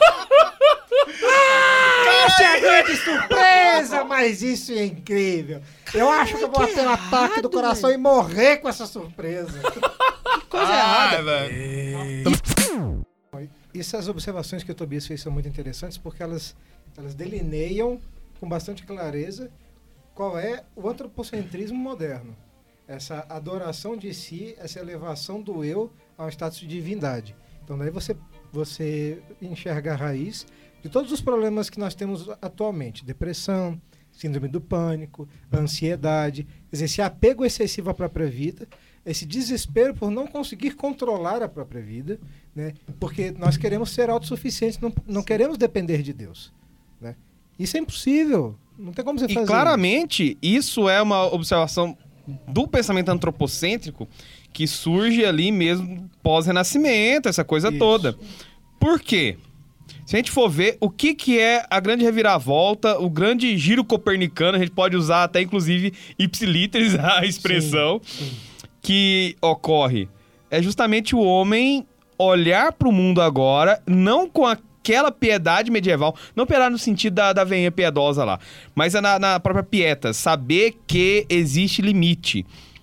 Speaker 2: Chegou de surpresa, mas isso é incrível. Eu acho que eu vou ter um ataque do coração e morrer com essa surpresa.
Speaker 4: Coisa errada.
Speaker 5: Velho.
Speaker 2: Essas observações que o Tobias fez são muito interessantes porque elas delineiam com bastante clareza qual é o antropocentrismo moderno. Essa adoração de si, essa elevação do eu ao status de divindade. Então daí você enxerga a raiz de todos os problemas que nós temos atualmente. Depressão, síndrome do pânico, ansiedade, esse apego excessivo à própria vida, esse desespero por não conseguir controlar a própria vida, né? Porque nós queremos ser autossuficientes, não queremos depender de Deus. Né? Isso é impossível, não tem como você fazer.
Speaker 5: E claramente, isso é uma observação do pensamento antropocêntrico que surge ali mesmo pós-renascimento, essa coisa toda. Por quê? Se a gente for ver o que é a grande reviravolta, o grande giro copernicano, a gente pode usar até inclusive ipsiliteris a expressão que ocorre. É justamente o homem olhar para o mundo agora, não com aquela piedade medieval, não piedade no sentido da veinha piedosa lá, mas é na própria pieta, saber que existe limite.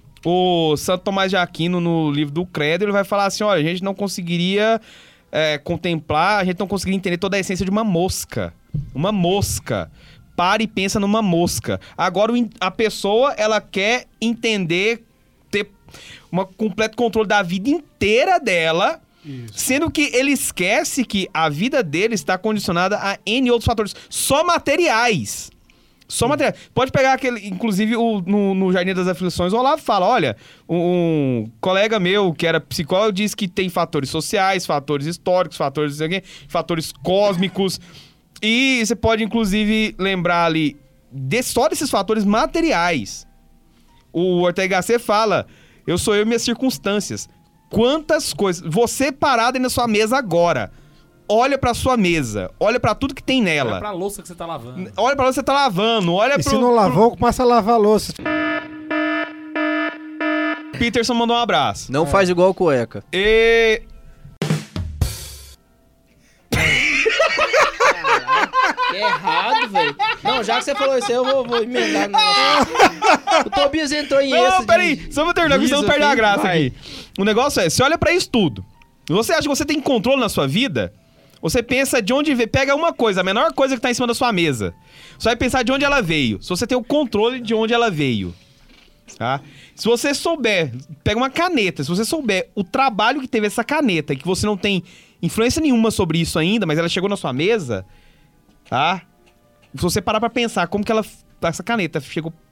Speaker 5: O Santo Tomás de Aquino, no livro do Credo, ele vai falar assim, olha, a gente não conseguiria contemplar, a gente não conseguiria entender toda a essência de uma mosca. Uma mosca. Para e pensa numa mosca. Agora, a pessoa, ela quer entender, ter um completo controle da vida inteira dela, sendo que ele esquece que a vida dele está condicionada a N outros fatores, só materiais. Só materiais. Pode pegar aquele, inclusive no Jardim das Aflições, o Olavo fala, olha, um colega meu que era psicólogo disse que tem fatores sociais, fatores históricos, fatores cósmicos, e você pode inclusive lembrar ali só desses fatores materiais. O Ortega Gasset fala, eu sou eu e minhas circunstâncias. Quantas coisas... Você parado aí na sua mesa agora. Olha pra sua mesa. Olha pra tudo que tem nela.
Speaker 1: Olha pra louça que você tá lavando.
Speaker 5: Olha pra louça que você tá lavando. Olha
Speaker 2: e se não lavou, passa a lavar a louça.
Speaker 5: Peterson mandou um abraço.
Speaker 3: Não faz igual cueca.
Speaker 5: E...
Speaker 4: Que errado, velho. Não, já que você falou isso aí, eu vou emendar no negócio. O Tobias entrou em essa.
Speaker 5: Não, peraí. Só vou terminar, porque você não perde a graça aqui. O negócio é, você olha pra isso tudo. Você acha que você tem controle na sua vida? Você pensa de onde veio. Pega uma coisa, a menor coisa que tá em cima da sua mesa. Você vai pensar de onde ela veio. Se você tem o controle de onde ela veio. Tá? Se você souber, pega uma caneta. Se você souber o trabalho que teve essa caneta e que você não tem influência nenhuma sobre isso ainda, mas ela chegou na sua mesa, tá? Se você parar pra pensar como que essa caneta chegou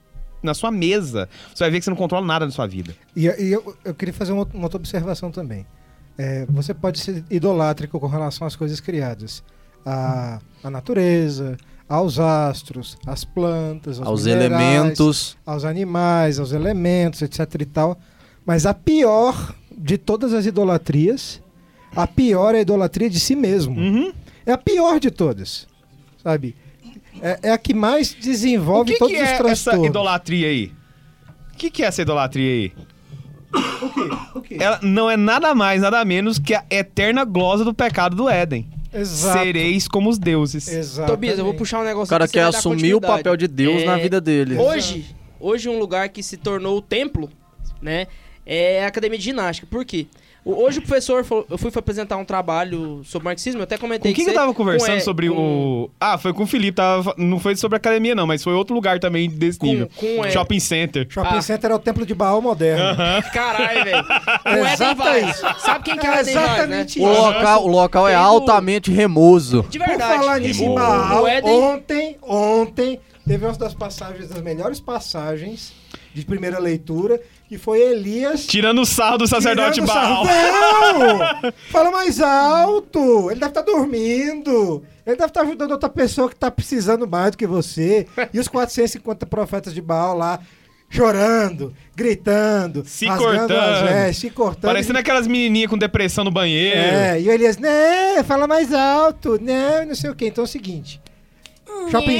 Speaker 5: na sua mesa, você vai ver que você não controla nada da sua vida.
Speaker 2: E eu queria fazer uma outra observação também. Você pode ser idolátrico com relação às coisas criadas. À natureza, aos astros, às plantas,
Speaker 3: Aos
Speaker 2: minerais,
Speaker 3: elementos.
Speaker 2: aos animais, aos elementos, etc e tal. Mas a pior de todas as idolatrias, a pior é a idolatria de si mesmo.
Speaker 5: Uhum.
Speaker 2: É a pior de todas, sabe? É a que mais desenvolve
Speaker 5: O que
Speaker 2: todos
Speaker 5: que
Speaker 2: os
Speaker 5: é
Speaker 2: transtornos.
Speaker 5: essa idolatria aí? O que é essa idolatria aí?
Speaker 2: O quê?
Speaker 5: Ela não é nada mais, nada menos que a eterna glosa do pecado do Éden.
Speaker 2: Exato.
Speaker 5: Sereis como os deuses.
Speaker 2: Exato.
Speaker 4: Tobias, eu vou puxar um
Speaker 3: O
Speaker 4: negócio
Speaker 3: cara
Speaker 4: aqui, você
Speaker 3: quer
Speaker 4: vai dar
Speaker 3: assumir o
Speaker 4: continuidade.
Speaker 3: papel de Deus na vida dele.
Speaker 4: Hoje um lugar que se tornou o templo, né, é a academia de ginástica. Por quê? Hoje o professor, eu fui apresentar um trabalho sobre marxismo, eu até comentei
Speaker 5: Com quem que eu tava conversando sobre
Speaker 4: com-
Speaker 5: o... Ah, foi com o Felipe, não foi sobre academia não, mas foi outro lugar também desse nível. Shopping Center.
Speaker 2: Shopping Center é o templo de Baal moderno.
Speaker 4: Caralho, velho. Com Eden
Speaker 2: Exatamente.
Speaker 4: Vaz. Sabe quem que é
Speaker 2: É
Speaker 4: o Eden Vaz, né?
Speaker 2: exatamente
Speaker 3: O local é
Speaker 4: Tem o-
Speaker 3: altamente remoso.
Speaker 4: De
Speaker 2: Por
Speaker 4: verdade.
Speaker 2: falar nisso em
Speaker 4: O
Speaker 2: Baal,
Speaker 4: Eden...
Speaker 2: ontem teve uma das passagens, das melhores passagens de primeira leitura, que foi Elias
Speaker 5: Tirando o sarro do sacerdote
Speaker 2: tirando
Speaker 5: Baal.
Speaker 2: sarro. Não! Fala mais alto! Ele deve estar dormindo. Ele deve estar ajudando outra pessoa que está precisando mais do que você. E os 450 profetas de Baal lá chorando, gritando,
Speaker 5: Se
Speaker 2: rasgando
Speaker 5: cortando.
Speaker 2: as vestes, se cortando.
Speaker 5: Parecendo aquelas menininhas com depressão no banheiro.
Speaker 2: E o Elias, né, fala mais alto, não sei o quê. Então é o seguinte. Shopping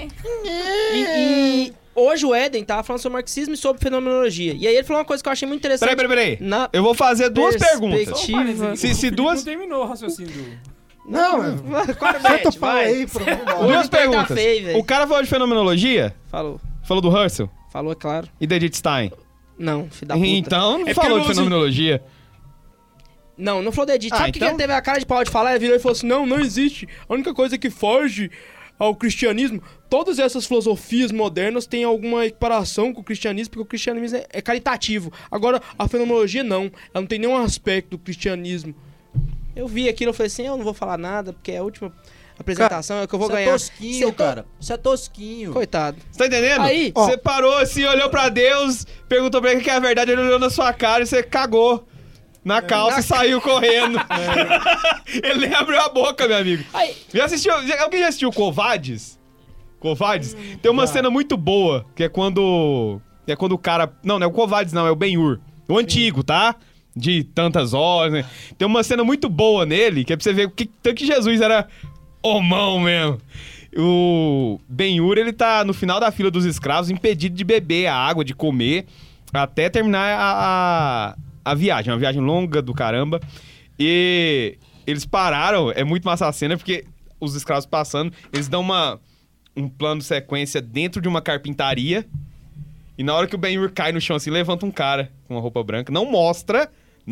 Speaker 4: E hoje o Eden tava falando sobre marxismo e sobre fenomenologia. E aí ele falou uma coisa que eu achei muito interessante.
Speaker 5: Peraí.
Speaker 4: Na
Speaker 5: Eu vou fazer duas perguntas.
Speaker 4: perspectiva-
Speaker 5: Se duas...
Speaker 1: Não terminou o raciocínio do...
Speaker 2: Não,
Speaker 4: Claramente,
Speaker 2: senta o pau
Speaker 4: vai.
Speaker 2: aí, pronto.
Speaker 5: Duas
Speaker 4: tá
Speaker 5: perguntas.
Speaker 4: feio, velho.
Speaker 5: O cara falou de fenomenologia,
Speaker 4: Falou.
Speaker 5: falou do Russell
Speaker 4: Falou, é claro.
Speaker 5: e da Edith Stein.
Speaker 4: Não, filho da puta.
Speaker 5: Então não
Speaker 1: É
Speaker 5: falou
Speaker 1: porque
Speaker 5: de
Speaker 1: eu não-
Speaker 5: fenomenologia.
Speaker 4: Não falou da Edith.
Speaker 5: Ah,
Speaker 4: Sabe o que
Speaker 5: então?
Speaker 4: ele teve a cara de pau de falar? Ele virou e falou assim, não existe. A única coisa que foge ao cristianismo, todas essas filosofias modernas têm alguma equiparação com o cristianismo, porque o cristianismo é caritativo. Agora, a fenomenologia não. Ela não tem nenhum aspecto do cristianismo. Eu vi aquilo e falei assim, eu não vou falar nada, porque é a última apresentação, é que eu vou ganhar.
Speaker 3: tosquinho,
Speaker 4: Cê-
Speaker 3: cara. Isso é tosquinho.
Speaker 4: Coitado.
Speaker 5: Você tá entendendo?
Speaker 4: Aí-
Speaker 5: Você parou assim, olhou pra Deus, perguntou pra ele o que é a verdade, ele olhou na sua cara e você cagou na calça e saiu correndo. Ele nem abriu a boca, meu amigo.
Speaker 4: Aí,
Speaker 5: Alguém já assistiu Covades? Covades? Tem uma cena muito boa, que é quando o cara... Não é o Covades, não, é o Ben-Hur. O antigo, tá? De tantas horas, né? Tem uma cena muito boa nele, que é pra você ver o que tanto que Jesus era homão mesmo. O Ben-Hur, ele tá no final da fila dos escravos, impedido de beber a água, de comer, até terminar a viagem. Uma viagem longa do caramba. E eles pararam, é muito massa a cena, porque os escravos passando, eles dão um plano de sequência dentro de uma carpintaria. E na hora que o Ben-Hur cai no chão assim, levanta um cara com uma roupa branca. Não mostra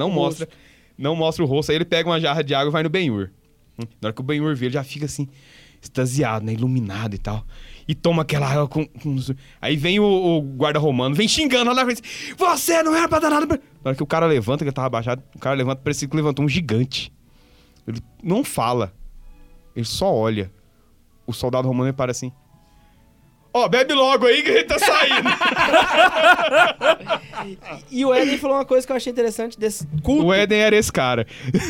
Speaker 5: o rosto. Aí ele pega uma jarra de água e vai no Ben-Hur. Na hora que o Ben-Hur vê, ele já fica assim, extasiado, né? Iluminado e tal. E toma aquela água com... Aí vem o guarda romano, vem xingando lá na frente. Você não era pra dar nada pra... Na hora que o cara levanta, que ele tava abaixado, o cara levanta, parecia que levantou um gigante. Ele não fala. Ele só olha. O soldado romano, ele para assim... Ó, bebe logo aí que a gente tá saindo.
Speaker 4: e o Eden falou uma coisa que eu achei interessante desse culto.
Speaker 5: O Éden era esse cara.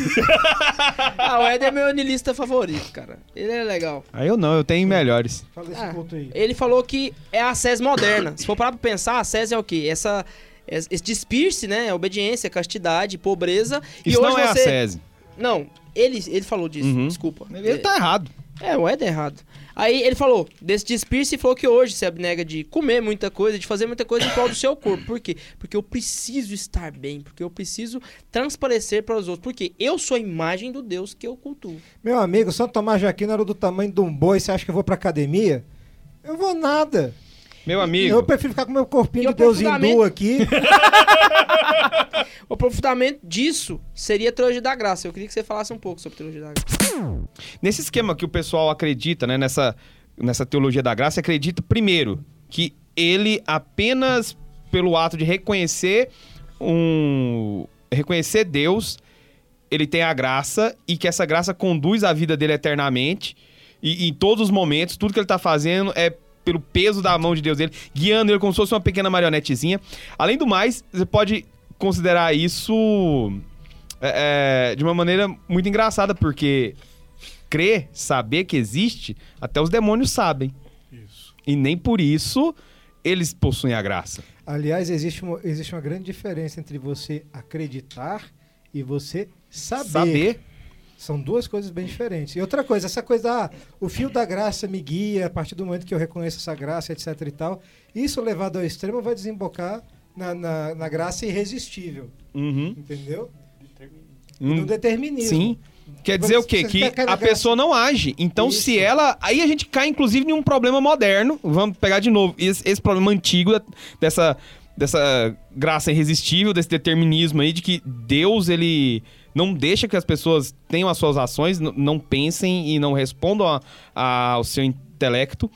Speaker 4: O Eden é meu anilista favorito, cara. Ele é legal.
Speaker 5: Aí eu não, eu tenho melhores.
Speaker 2: Fala desse culto aí.
Speaker 4: Ele falou que é a SES moderna. Se for parar pra pensar, a SES é o quê? Esse despir-se, né? Obediência, castidade, pobreza.
Speaker 5: Isso
Speaker 4: e hoje
Speaker 5: não é a
Speaker 4: você...
Speaker 5: SESI.
Speaker 4: Não, ele falou disso,
Speaker 5: Uhum.
Speaker 4: desculpa.
Speaker 5: Ele tá errado.
Speaker 4: O Eden é errado. Aí ele falou desse despir-se e falou que hoje se abnega de comer muita coisa, de fazer muita coisa em prol do seu corpo. Por quê? Porque eu preciso estar bem, porque eu preciso transparecer para os outros. Porque eu sou a imagem do Deus que eu cultuo.
Speaker 2: Meu amigo, Santo Tomás de Aquino era do tamanho de um boi. Você acha que eu vou pra academia? Eu vou nada.
Speaker 5: Meu amigo.
Speaker 2: Eu prefiro ficar com meu corpinho
Speaker 4: E
Speaker 2: de
Speaker 4: o
Speaker 2: Deus
Speaker 4: aprofundamento-
Speaker 2: hindu aqui.
Speaker 4: O aprofundamento disso seria a teologia da graça. Eu queria que você falasse um pouco sobre a teologia da graça.
Speaker 5: Nesse esquema que o pessoal acredita, né, nessa teologia da graça, acredita, primeiro, que ele apenas pelo ato de reconhecer Deus, ele tem a graça e que essa graça conduz a vida dele eternamente e em todos os momentos, tudo que ele tá fazendo é pelo peso da mão de Deus dele, guiando ele como se fosse uma pequena marionetezinha. Além do mais, você pode considerar isso de uma maneira muito engraçada, porque crer, saber que existe, até os demônios sabem.
Speaker 2: Isso.
Speaker 5: E nem por isso eles possuem a graça.
Speaker 2: Aliás, existe uma grande diferença entre você acreditar e você saber. São duas coisas bem diferentes. E outra coisa, essa coisa, o fio da graça me guia a partir do momento que eu reconheço essa graça, etc e tal, isso levado ao extremo vai desembocar na graça irresistível.
Speaker 5: Uhum.
Speaker 2: Entendeu? No determinismo.
Speaker 5: Sim. Quer dizer o quê? Que a pessoa não age. Então,
Speaker 2: Isso.
Speaker 5: se ela... Aí a gente cai, inclusive, em um problema moderno. Vamos pegar de novo esse problema antigo dessa graça irresistível, desse determinismo aí, de que Deus, ele não deixa que as pessoas tenham as suas ações, não pensem e não respondam ao seu intelecto.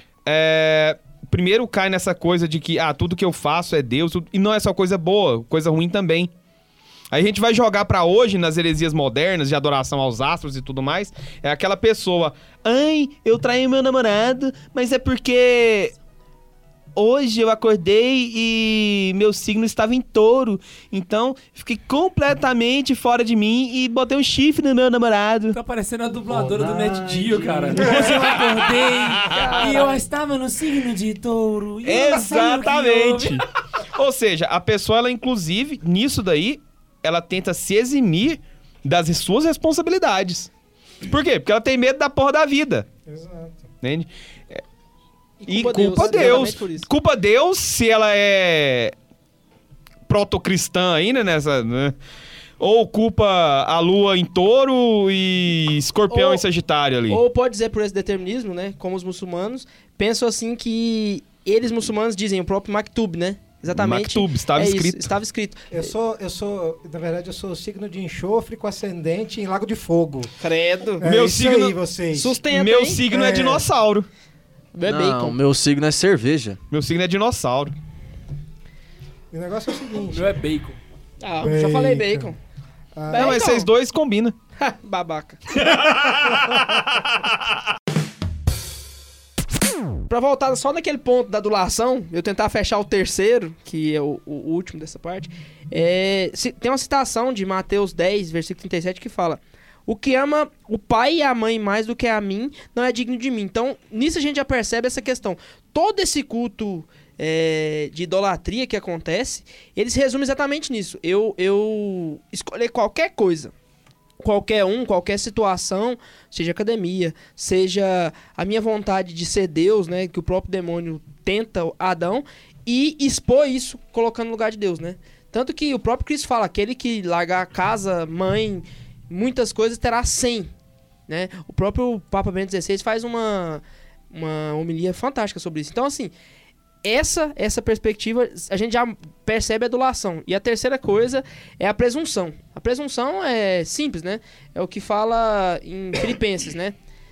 Speaker 5: Primeiro cai nessa coisa de que tudo que eu faço é Deus, e não é só coisa boa, coisa ruim também. Aí a gente vai jogar pra hoje, nas heresias modernas, de adoração aos astros e tudo mais, é aquela pessoa, ai, eu traí meu namorado, mas é porque hoje eu acordei e meu signo estava em touro, então fiquei completamente fora de mim e botei um chifre no meu namorado.
Speaker 1: Tá parecendo a dubladora do
Speaker 2: Olá,
Speaker 1: Net Geo, cara. Hoje eu acordei e eu estava no signo de touro. E eu não sei o que
Speaker 5: Exatamente.
Speaker 1: houve.
Speaker 5: Ou seja, a pessoa, ela inclusive, nisso daí, ela tenta se eximir das suas responsabilidades. Por quê? Porque ela tem medo da porra da vida.
Speaker 2: Exato.
Speaker 5: Entende?
Speaker 3: E
Speaker 5: E
Speaker 3: culpa
Speaker 5: culpa
Speaker 3: Deus,
Speaker 5: Deus.
Speaker 3: exatamente por isso.
Speaker 5: Culpa Deus se ela é protocristã ainda nessa, né? Ou culpa a lua em touro e escorpião
Speaker 3: Ou-
Speaker 5: em sagitário ali.
Speaker 4: Ou pode dizer por esse determinismo, né? Como os muçulmanos pensam assim que eles muçulmanos dizem, o próprio Maktub, né? Exatamente.
Speaker 5: Maktub, estava
Speaker 4: isso,
Speaker 5: escrito.
Speaker 4: estava escrito.
Speaker 2: Na verdade, eu sou o signo de enxofre com ascendente em Lago de Fogo.
Speaker 4: Credo.
Speaker 2: É
Speaker 5: Meu
Speaker 2: isso
Speaker 5: signo-
Speaker 2: aí, vocês.
Speaker 4: Sustenta,
Speaker 5: Meu
Speaker 4: hein?
Speaker 5: signo é
Speaker 2: É.
Speaker 5: dinossauro.
Speaker 4: É
Speaker 3: Não,
Speaker 4: bacon.
Speaker 3: meu signo é cerveja.
Speaker 5: Meu signo é dinossauro.
Speaker 2: E o negócio é o
Speaker 1: O
Speaker 2: seguinte.
Speaker 1: meu é bacon.
Speaker 4: Ah, eu já falei bacon.
Speaker 2: Ah,
Speaker 5: Não, mas
Speaker 4: Bacon.
Speaker 5: vocês dois combinam.
Speaker 4: Babaca. Pra voltar só naquele ponto da adulação, eu tentar fechar o terceiro, que é o último dessa parte, tem uma citação de Mateus 10, versículo 37, que fala: o que ama o pai e a mãe mais do que a mim, não é digno de mim. Então, nisso a gente já percebe essa questão. Todo esse culto de idolatria que acontece, ele se resume exatamente nisso. Eu escolher qualquer coisa, qualquer situação, seja academia, seja a minha vontade de ser Deus, né, que o próprio demônio tenta Adão, e expor isso colocando no lugar de Deus, né? Tanto que o próprio Cristo fala, aquele que largar casa, mãe, muitas coisas, terá 100, né? O próprio Papa Bento XVI faz uma homilia fantástica sobre isso. Então, assim, essa perspectiva, a gente já percebe a adulação. E a terceira coisa é a presunção. A presunção é simples, né? É o que fala em Filipenses, né?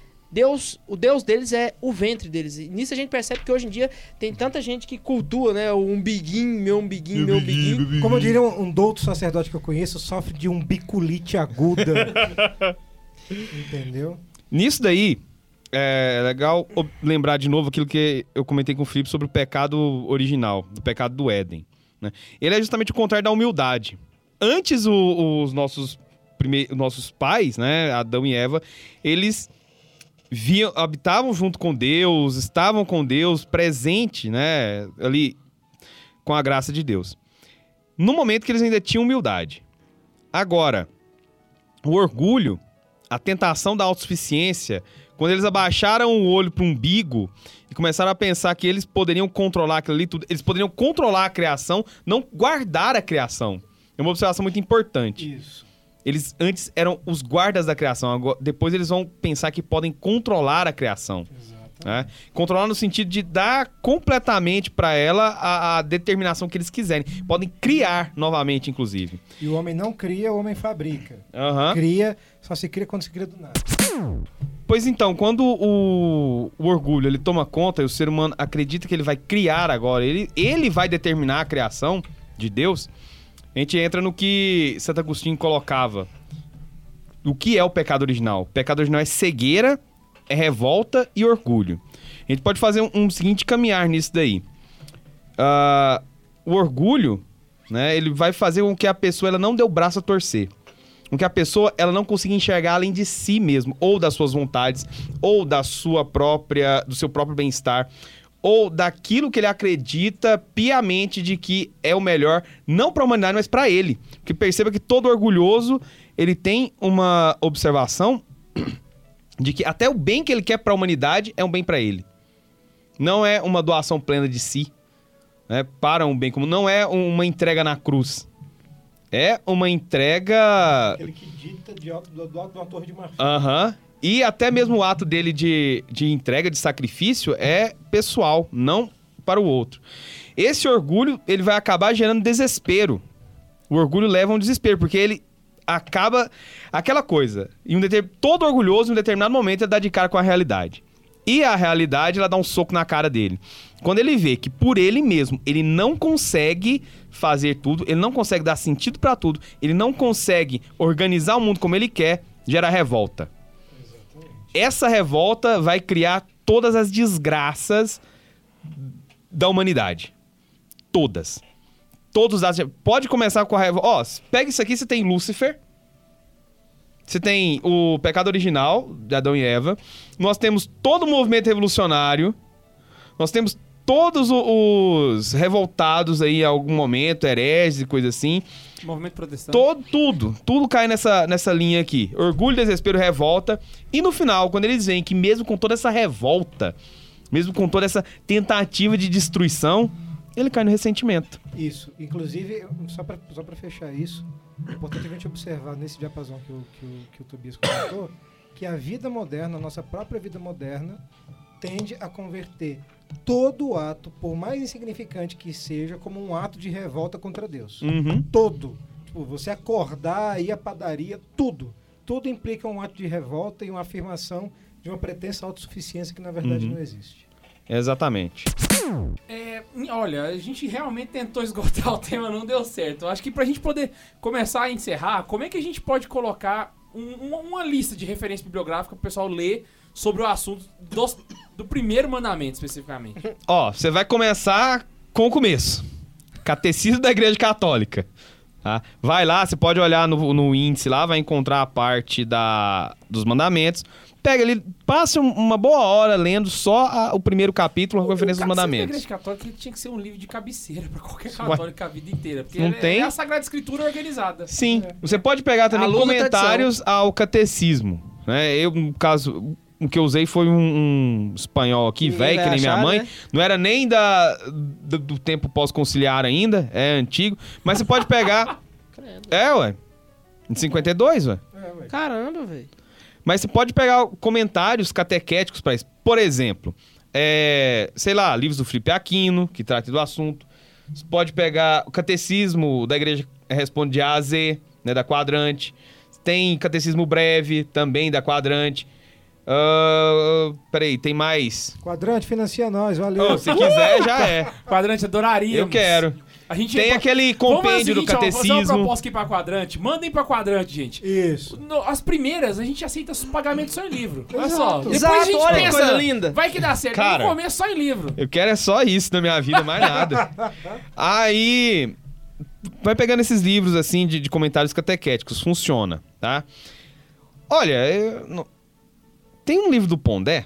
Speaker 4: O Deus deles é o ventre deles. E nisso a gente percebe que hoje em dia tem tanta gente que cultua, né? O umbiguinho, meu umbiguinho, meu umbiguinho.
Speaker 2: Como diria um douto sacerdote que eu conheço, sofre de umbiculite aguda. Entendeu?
Speaker 5: Nisso daí, é legal lembrar de novo aquilo que eu comentei com o Felipe sobre o pecado original, do pecado do Éden, né? Ele é justamente o contrário da humildade. Antes, os nossos pais, né, Adão e Eva, eles habitavam junto com Deus, estavam com Deus, presente, né, ali com a graça de Deus. No momento que eles ainda tinham humildade. Agora, o orgulho, a tentação da autossuficiência, quando eles abaixaram o olho para o umbigo e começaram a pensar que eles poderiam controlar aquilo ali tudo, eles poderiam controlar a criação, não guardar a criação. É uma observação muito importante.
Speaker 2: Isso.
Speaker 5: Eles antes eram os guardas da criação, agora, depois eles vão pensar que podem controlar a criação.
Speaker 2: Exato.
Speaker 5: Né? Controlar no sentido de dar completamente para ela a determinação que eles quiserem. Podem criar novamente, inclusive.
Speaker 2: E o homem não cria, o homem fabrica.
Speaker 5: Aham.
Speaker 2: Cria, só se cria quando se cria do nada.
Speaker 5: Pois então, quando o orgulho ele toma conta e o ser humano acredita que ele vai criar agora, ele vai determinar a criação de Deus, a gente entra no que Santo Agostinho colocava. O que é o pecado original? O pecado original é cegueira, é revolta e orgulho. A gente pode fazer um seguinte caminhar nisso daí. O orgulho, né, ele vai fazer com que a pessoa ela não dê o braço a torcer. Com que a pessoa ela não consiga enxergar além de si mesmo, ou das suas vontades, ou do seu próprio bem-estar, ou daquilo que ele acredita piamente de que é o melhor, não para a humanidade, mas para ele. Porque perceba que todo orgulhoso, ele tem uma observação de que até o bem que ele quer para a humanidade é um bem para ele. Não é uma doação plena de si, né, para um bem comum. Não é uma entrega na cruz. É uma entrega...
Speaker 2: Aquele que dita de alto de uma torre de marfim.
Speaker 5: E até mesmo o ato dele de entrega, de sacrifício, é pessoal, não para o outro. Esse orgulho, ele vai acabar gerando desespero. O orgulho leva a um desespero, porque ele acaba... Aquela coisa, todo orgulhoso, em um determinado momento, ele dá de cara com a realidade. E a realidade, ela dá um soco na cara dele. Quando ele vê que por ele mesmo, ele não consegue fazer tudo, ele não consegue dar sentido pra tudo, ele não consegue organizar o mundo como ele quer, gera revolta. Exatamente. Essa revolta vai criar todas as desgraças da humanidade. Todas. Todos os atos. Pode começar com a revolta. Ó, pega isso aqui, você tem Lúcifer. Você tem o pecado original de Adão e Eva. Nós temos todo o movimento revolucionário. Nós temos todos os revoltados aí em algum momento, hereges e coisa assim.
Speaker 1: Movimento protestante.
Speaker 5: Tudo cai nessa linha aqui. Orgulho, desespero, revolta. E no final, quando eles veem que mesmo com toda essa revolta, mesmo com toda essa tentativa de destruição, ele cai no ressentimento.
Speaker 2: Isso. Inclusive, só pra fechar isso, é importante a gente observar nesse diapasão que o Tobias comentou, que a vida moderna, a nossa própria vida moderna, tende a converter todo ato, por mais insignificante que seja, como um ato de revolta contra Deus. Todo. Tipo, você acordar, ir à padaria, tudo. Tudo implica um ato de revolta e uma afirmação de uma pretensa autossuficiência que, na verdade, não existe.
Speaker 5: Exatamente.
Speaker 1: Olha, a gente realmente tentou esgotar o tema, não deu certo. Eu acho que pra gente poder começar a encerrar, como é que a gente pode colocar uma lista de referência bibliográfica pro pessoal ler sobre o assunto do primeiro mandamento, especificamente?
Speaker 5: Ó, você vai começar com o começo. Catecismo da Igreja Católica. Tá? Vai lá, você pode olhar no índice lá, vai encontrar a parte dos mandamentos. Pega ali, passa uma boa hora lendo só o primeiro capítulo, a referência dos mandamentos.
Speaker 1: A Igreja Católica tinha que ser um livro de cabeceira pra qualquer católico a vida inteira. Porque
Speaker 5: não tem?
Speaker 1: É a Sagrada Escritura organizada.
Speaker 5: Sim. Você pode pegar também comentários ao catecismo. Né? Eu, no caso, o que eu usei foi um espanhol aqui, velho, que nem minha mãe. Né? Não era nem do tempo pós-conciliar ainda, é antigo. Mas você pode pegar... Ué. Em 52, ué.
Speaker 4: Caramba, velho.
Speaker 5: Mas você pode pegar comentários catequéticos para isso. Por exemplo, sei lá, livros do Felipe Aquino, que trata do assunto. Você pode pegar o Catecismo da Igreja Responde de A a Z, né, da Quadrante. Tem Catecismo Breve, também da Quadrante. Peraí, tem mais.
Speaker 2: Quadrante, financia nós, valeu.
Speaker 5: Se quiser, já é.
Speaker 1: Quadrante, adoraria.
Speaker 5: Eu quero.
Speaker 1: A gente
Speaker 5: tem aquele compêndio do catecismo.
Speaker 1: Vamos fazer uma proposta aqui pra Quadrante. Mandem pra Quadrante, gente.
Speaker 2: Isso.
Speaker 1: As primeiras, a gente aceita pagamento só em livro. Olha
Speaker 2: Exato.
Speaker 1: só. Depois
Speaker 4: Exato,
Speaker 1: a gente
Speaker 4: olha que
Speaker 1: pensa,
Speaker 4: coisa linda.
Speaker 1: vai que dá certo.
Speaker 5: Cara,
Speaker 1: no começo só em livro.
Speaker 5: Eu quero é só isso na minha vida, mais nada. Aí, vai pegando esses livros, assim, de comentários catequéticos. Funciona, tá? Olha, tem um livro do Pondé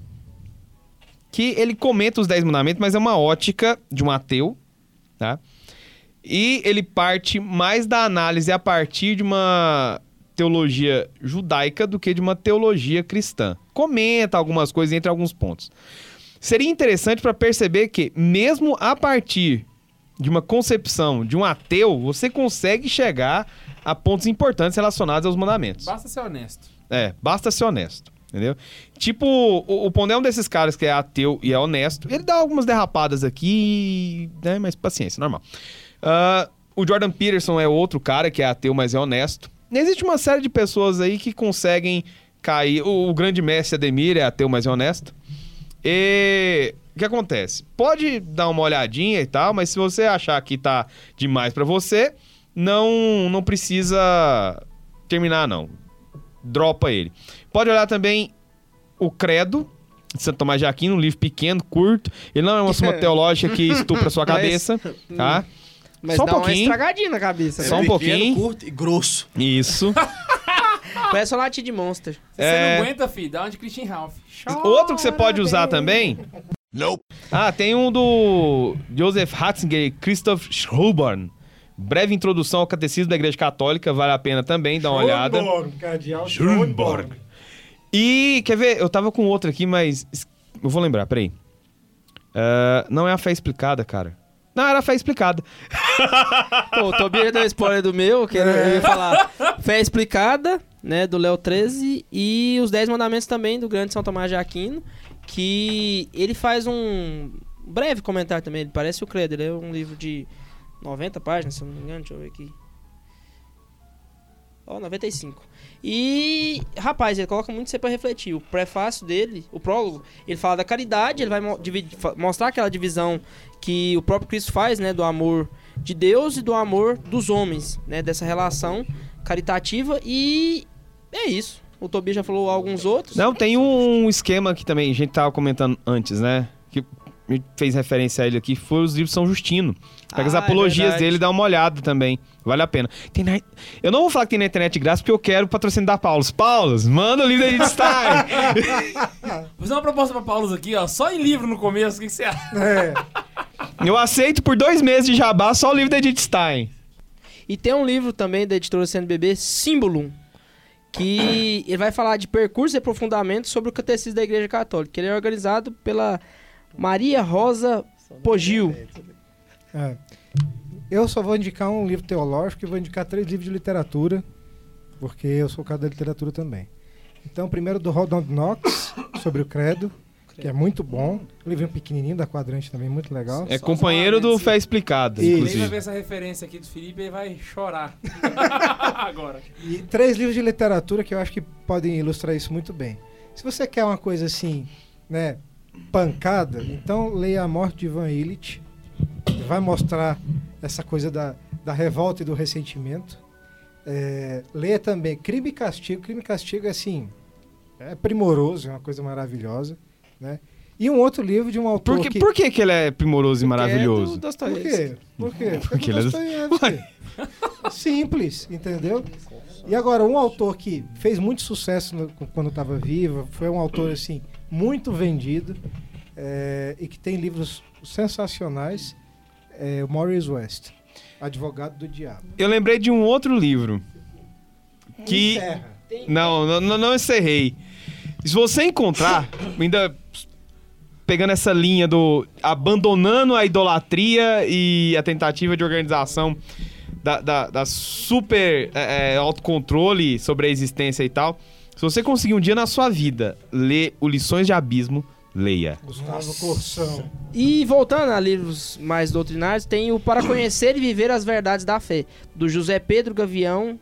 Speaker 5: que ele comenta os 10 mandamentos, mas é uma ótica de um ateu, tá? E ele parte mais da análise a partir de uma teologia judaica do que de uma teologia cristã. Comenta algumas coisas entre alguns pontos. Seria interessante para perceber que, mesmo a partir de uma concepção de um ateu, você consegue chegar a pontos importantes relacionados aos mandamentos.
Speaker 1: Basta ser honesto.
Speaker 5: Basta ser honesto. Entendeu? Tipo, o Pondé é um desses caras que é ateu e é honesto. Ele dá algumas derrapadas aqui, né? Mas paciência, normal. O Jordan Peterson é outro cara que é ateu, mas é honesto. Existe uma série de pessoas aí que conseguem cair. O grande mestre Ademir é ateu, mas é honesto. E o que acontece? Pode dar uma olhadinha e tal, mas se você achar que tá demais pra você, não precisa terminar, não. Dropa ele. Pode olhar também o Credo, de Santo Tomás de Aquino, um livro pequeno, curto. Ele não é uma suma teológica que estupra a sua cabeça, tá?
Speaker 4: Mas
Speaker 5: Só um
Speaker 4: dá uma
Speaker 5: pouquinho.
Speaker 4: estragadinha na cabeça.
Speaker 5: Só
Speaker 4: né?
Speaker 5: um pouquinho.
Speaker 3: curto e grosso.
Speaker 5: Isso.
Speaker 4: Parece um latim de Monster.
Speaker 1: Se você não aguenta, filho, dá uma de Christian Ralph.
Speaker 5: Outro que você pode usar também... Ah, tem um do Joseph Ratzinger e Christoph Schroborn. Breve introdução ao catecismo da Igreja Católica. Vale a pena também dar uma olhada.
Speaker 2: Cardeal
Speaker 5: Schönborn. E, quer ver? Eu tava com outro aqui, mas... Eu vou lembrar, peraí. Não é a fé explicada, cara. Não, era a fé explicada.
Speaker 4: Pô, o Tobias deu spoiler do meu, que eu ia falar Fé Explicada, né, do Léo 13, e os 10 Mandamentos também, do grande São Tomás de Aquino, que ele faz um breve comentário também, ele parece o Credo, ele é um livro de 90 páginas, se eu não me engano, deixa eu ver aqui. 95. E, rapaz, ele coloca muito isso aí pra refletir. O prefácio dele, o prólogo, ele fala da caridade, ele vai mostrar aquela divisão que o próprio Cristo faz, né, do amor de Deus e do amor dos homens, né, dessa relação caritativa, e é isso. O Tobias já falou alguns outros.
Speaker 5: Não, tem um esquema que também a gente tava comentando antes, né? Que a gente fez referência a ele aqui, foi os livros de São Justino. Pega as apologias dele e dá uma olhada também. Vale a pena. Eu não vou falar que tem na internet de graça, porque eu quero o patrocínio da Paulus. Paulus, manda o livro da Edith Stein.
Speaker 1: Vou fazer uma proposta pra Paulus aqui, ó. Só em livro no começo, o que você acha?
Speaker 5: Eu aceito por 2 meses de jabá só o livro da Edith Stein.
Speaker 4: E tem um livro também da editora CNBB, Símbolo, que ele vai falar de percurso e aprofundamento sobre o catecismo da Igreja Católica. Ele é organizado pela Maria Rosa Pogil.
Speaker 2: Eu só vou indicar um livro teológico e vou indicar 3 livros de literatura, porque eu sou o cara da literatura também. Então, primeiro do Ronald Knox, sobre o Credo, que é muito bom. Um livrinho pequenininho da Quadrante também, muito legal.
Speaker 5: É companheiro do Fé Explicada,
Speaker 2: Isso.
Speaker 1: Ele vai
Speaker 5: inclusive.
Speaker 1: ver essa referência aqui do Felipe e vai chorar. Agora.
Speaker 2: E 3 livros de literatura que eu acho que podem ilustrar isso muito bem. Se você quer uma coisa assim, né, pancada, então leia A Morte de Ivan Illich. Vai mostrar essa coisa da revolta e do ressentimento. Leia também Crime e Castigo. Crime e Castigo é assim, é primoroso, é uma coisa maravilhosa, né? E um outro livro de um autor
Speaker 5: Por que ele é primoroso e maravilhoso?
Speaker 2: Por quê? Por quê?
Speaker 5: Porque ele é
Speaker 2: Dostoiévski. Simples, entendeu? E agora, um autor que fez muito sucesso quando estava vivo, foi um autor assim muito vendido, e que tem livros sensacionais, o Maurice West, Advogado do Diabo.
Speaker 5: Eu lembrei de um outro livro que...
Speaker 2: Encerra.
Speaker 5: Não encerrei. Se você encontrar, ainda pegando essa linha do abandonando a idolatria e a tentativa de organização da super autocontrole sobre a existência e tal, se você conseguir um dia na sua vida ler o Lições de Abismo, leia.
Speaker 2: Gustavo Corsão.
Speaker 4: E voltando a livros mais doutrinários, tem o Para Conhecer e Viver as Verdades da Fé, do José Pedro Gaivão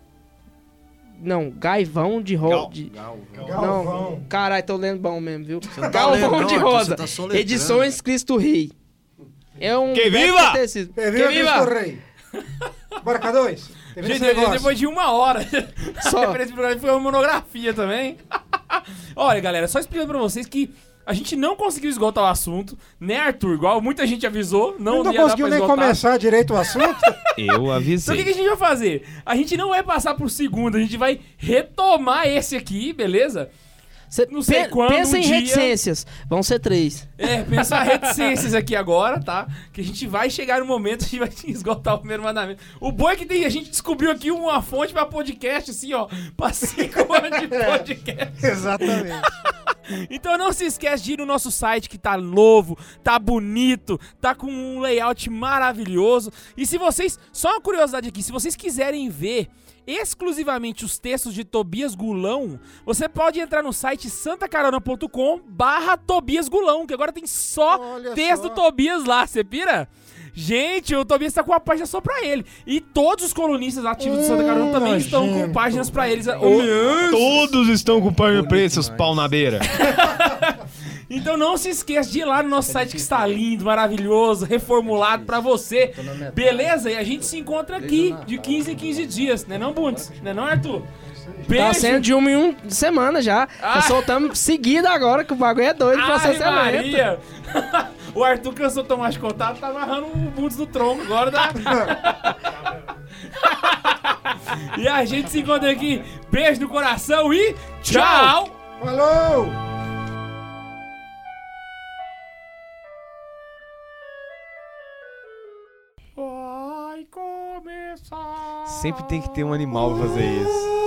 Speaker 4: de Rosa. Não, caralho, tô lendo bom mesmo, viu? Galvão de Rosa. Edições Cristo Rei. É um...
Speaker 5: Que viva!
Speaker 4: catecismo.
Speaker 2: Viva Cristo Rei! Bora, K2.
Speaker 1: Gente, depois de 1 hora.
Speaker 4: Só.
Speaker 1: Esse programa foi uma monografia também. Olha, galera, só explicando pra vocês que a gente não conseguiu esgotar o assunto, né, Arthur? Igual muita gente avisou, não ia dar
Speaker 2: conseguiu
Speaker 1: pra
Speaker 2: nem
Speaker 1: esgotar.
Speaker 2: começar direito o assunto.
Speaker 5: Eu
Speaker 1: Então o
Speaker 5: avisei.
Speaker 1: que a gente vai fazer? A gente não vai passar pro segundo, a gente vai retomar esse aqui, beleza? Não sei quando,
Speaker 4: Pensa
Speaker 1: um
Speaker 4: em
Speaker 1: dia...
Speaker 4: reticências. Vão ser 3.
Speaker 1: Pensar reticências aqui agora, tá? Que a gente vai chegar no momento, a gente vai esgotar o primeiro mandamento. O bom é que a gente descobriu aqui uma fonte pra podcast, assim, ó, pra 5 anos de podcast.
Speaker 2: Exatamente.
Speaker 1: Então não se esquece de ir no nosso site que tá novo, tá bonito, tá com um layout maravilhoso. E se vocês, só uma curiosidade aqui, se vocês quiserem ver exclusivamente os textos de Tobias Gulão, você pode entrar no site santacarona.com/Tobias Gulão, que agora tem só
Speaker 2: Olha
Speaker 1: texto
Speaker 2: só.
Speaker 1: do Tobias lá, você pira? Gente, o Tobias tá com uma página só pra ele. E todos os colunistas ativos de Santa Carona também estão com
Speaker 2: nojento.
Speaker 1: páginas pra eles.
Speaker 5: Todos estão com página preta, seus pau na beira.
Speaker 1: Então não se esqueça de ir lá no nosso site que está lindo, maravilhoso, reformulado pra você. Beleza? E a gente se encontra aqui de 15 em 15 dias, né não, Bundes? Né não, Arthur?
Speaker 4: Tá sendo de uma em uma semana já. Tá soltando seguida agora, que o bagulho é doido pra
Speaker 1: Ai,
Speaker 4: ser lento.
Speaker 1: Maria! O Arthur cansou de tomar de contato, tá amarrando o bundes no tronco agora. E a gente se encontra aqui. Beijo no coração e tchau!
Speaker 2: Falou!
Speaker 1: Vai começar.
Speaker 5: Sempre tem que ter um animal pra fazer isso.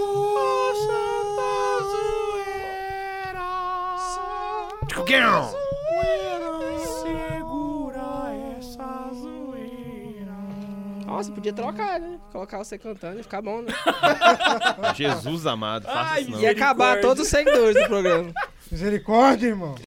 Speaker 1: Segura essa zoeira.
Speaker 4: Nossa, podia trocar, né? Colocar você cantando e ficar bom, né?
Speaker 5: Jesus amado, faça
Speaker 1: Ai,
Speaker 5: isso não.
Speaker 4: Ia acabar todos os seguidores do programa.
Speaker 2: Misericórdia, irmão.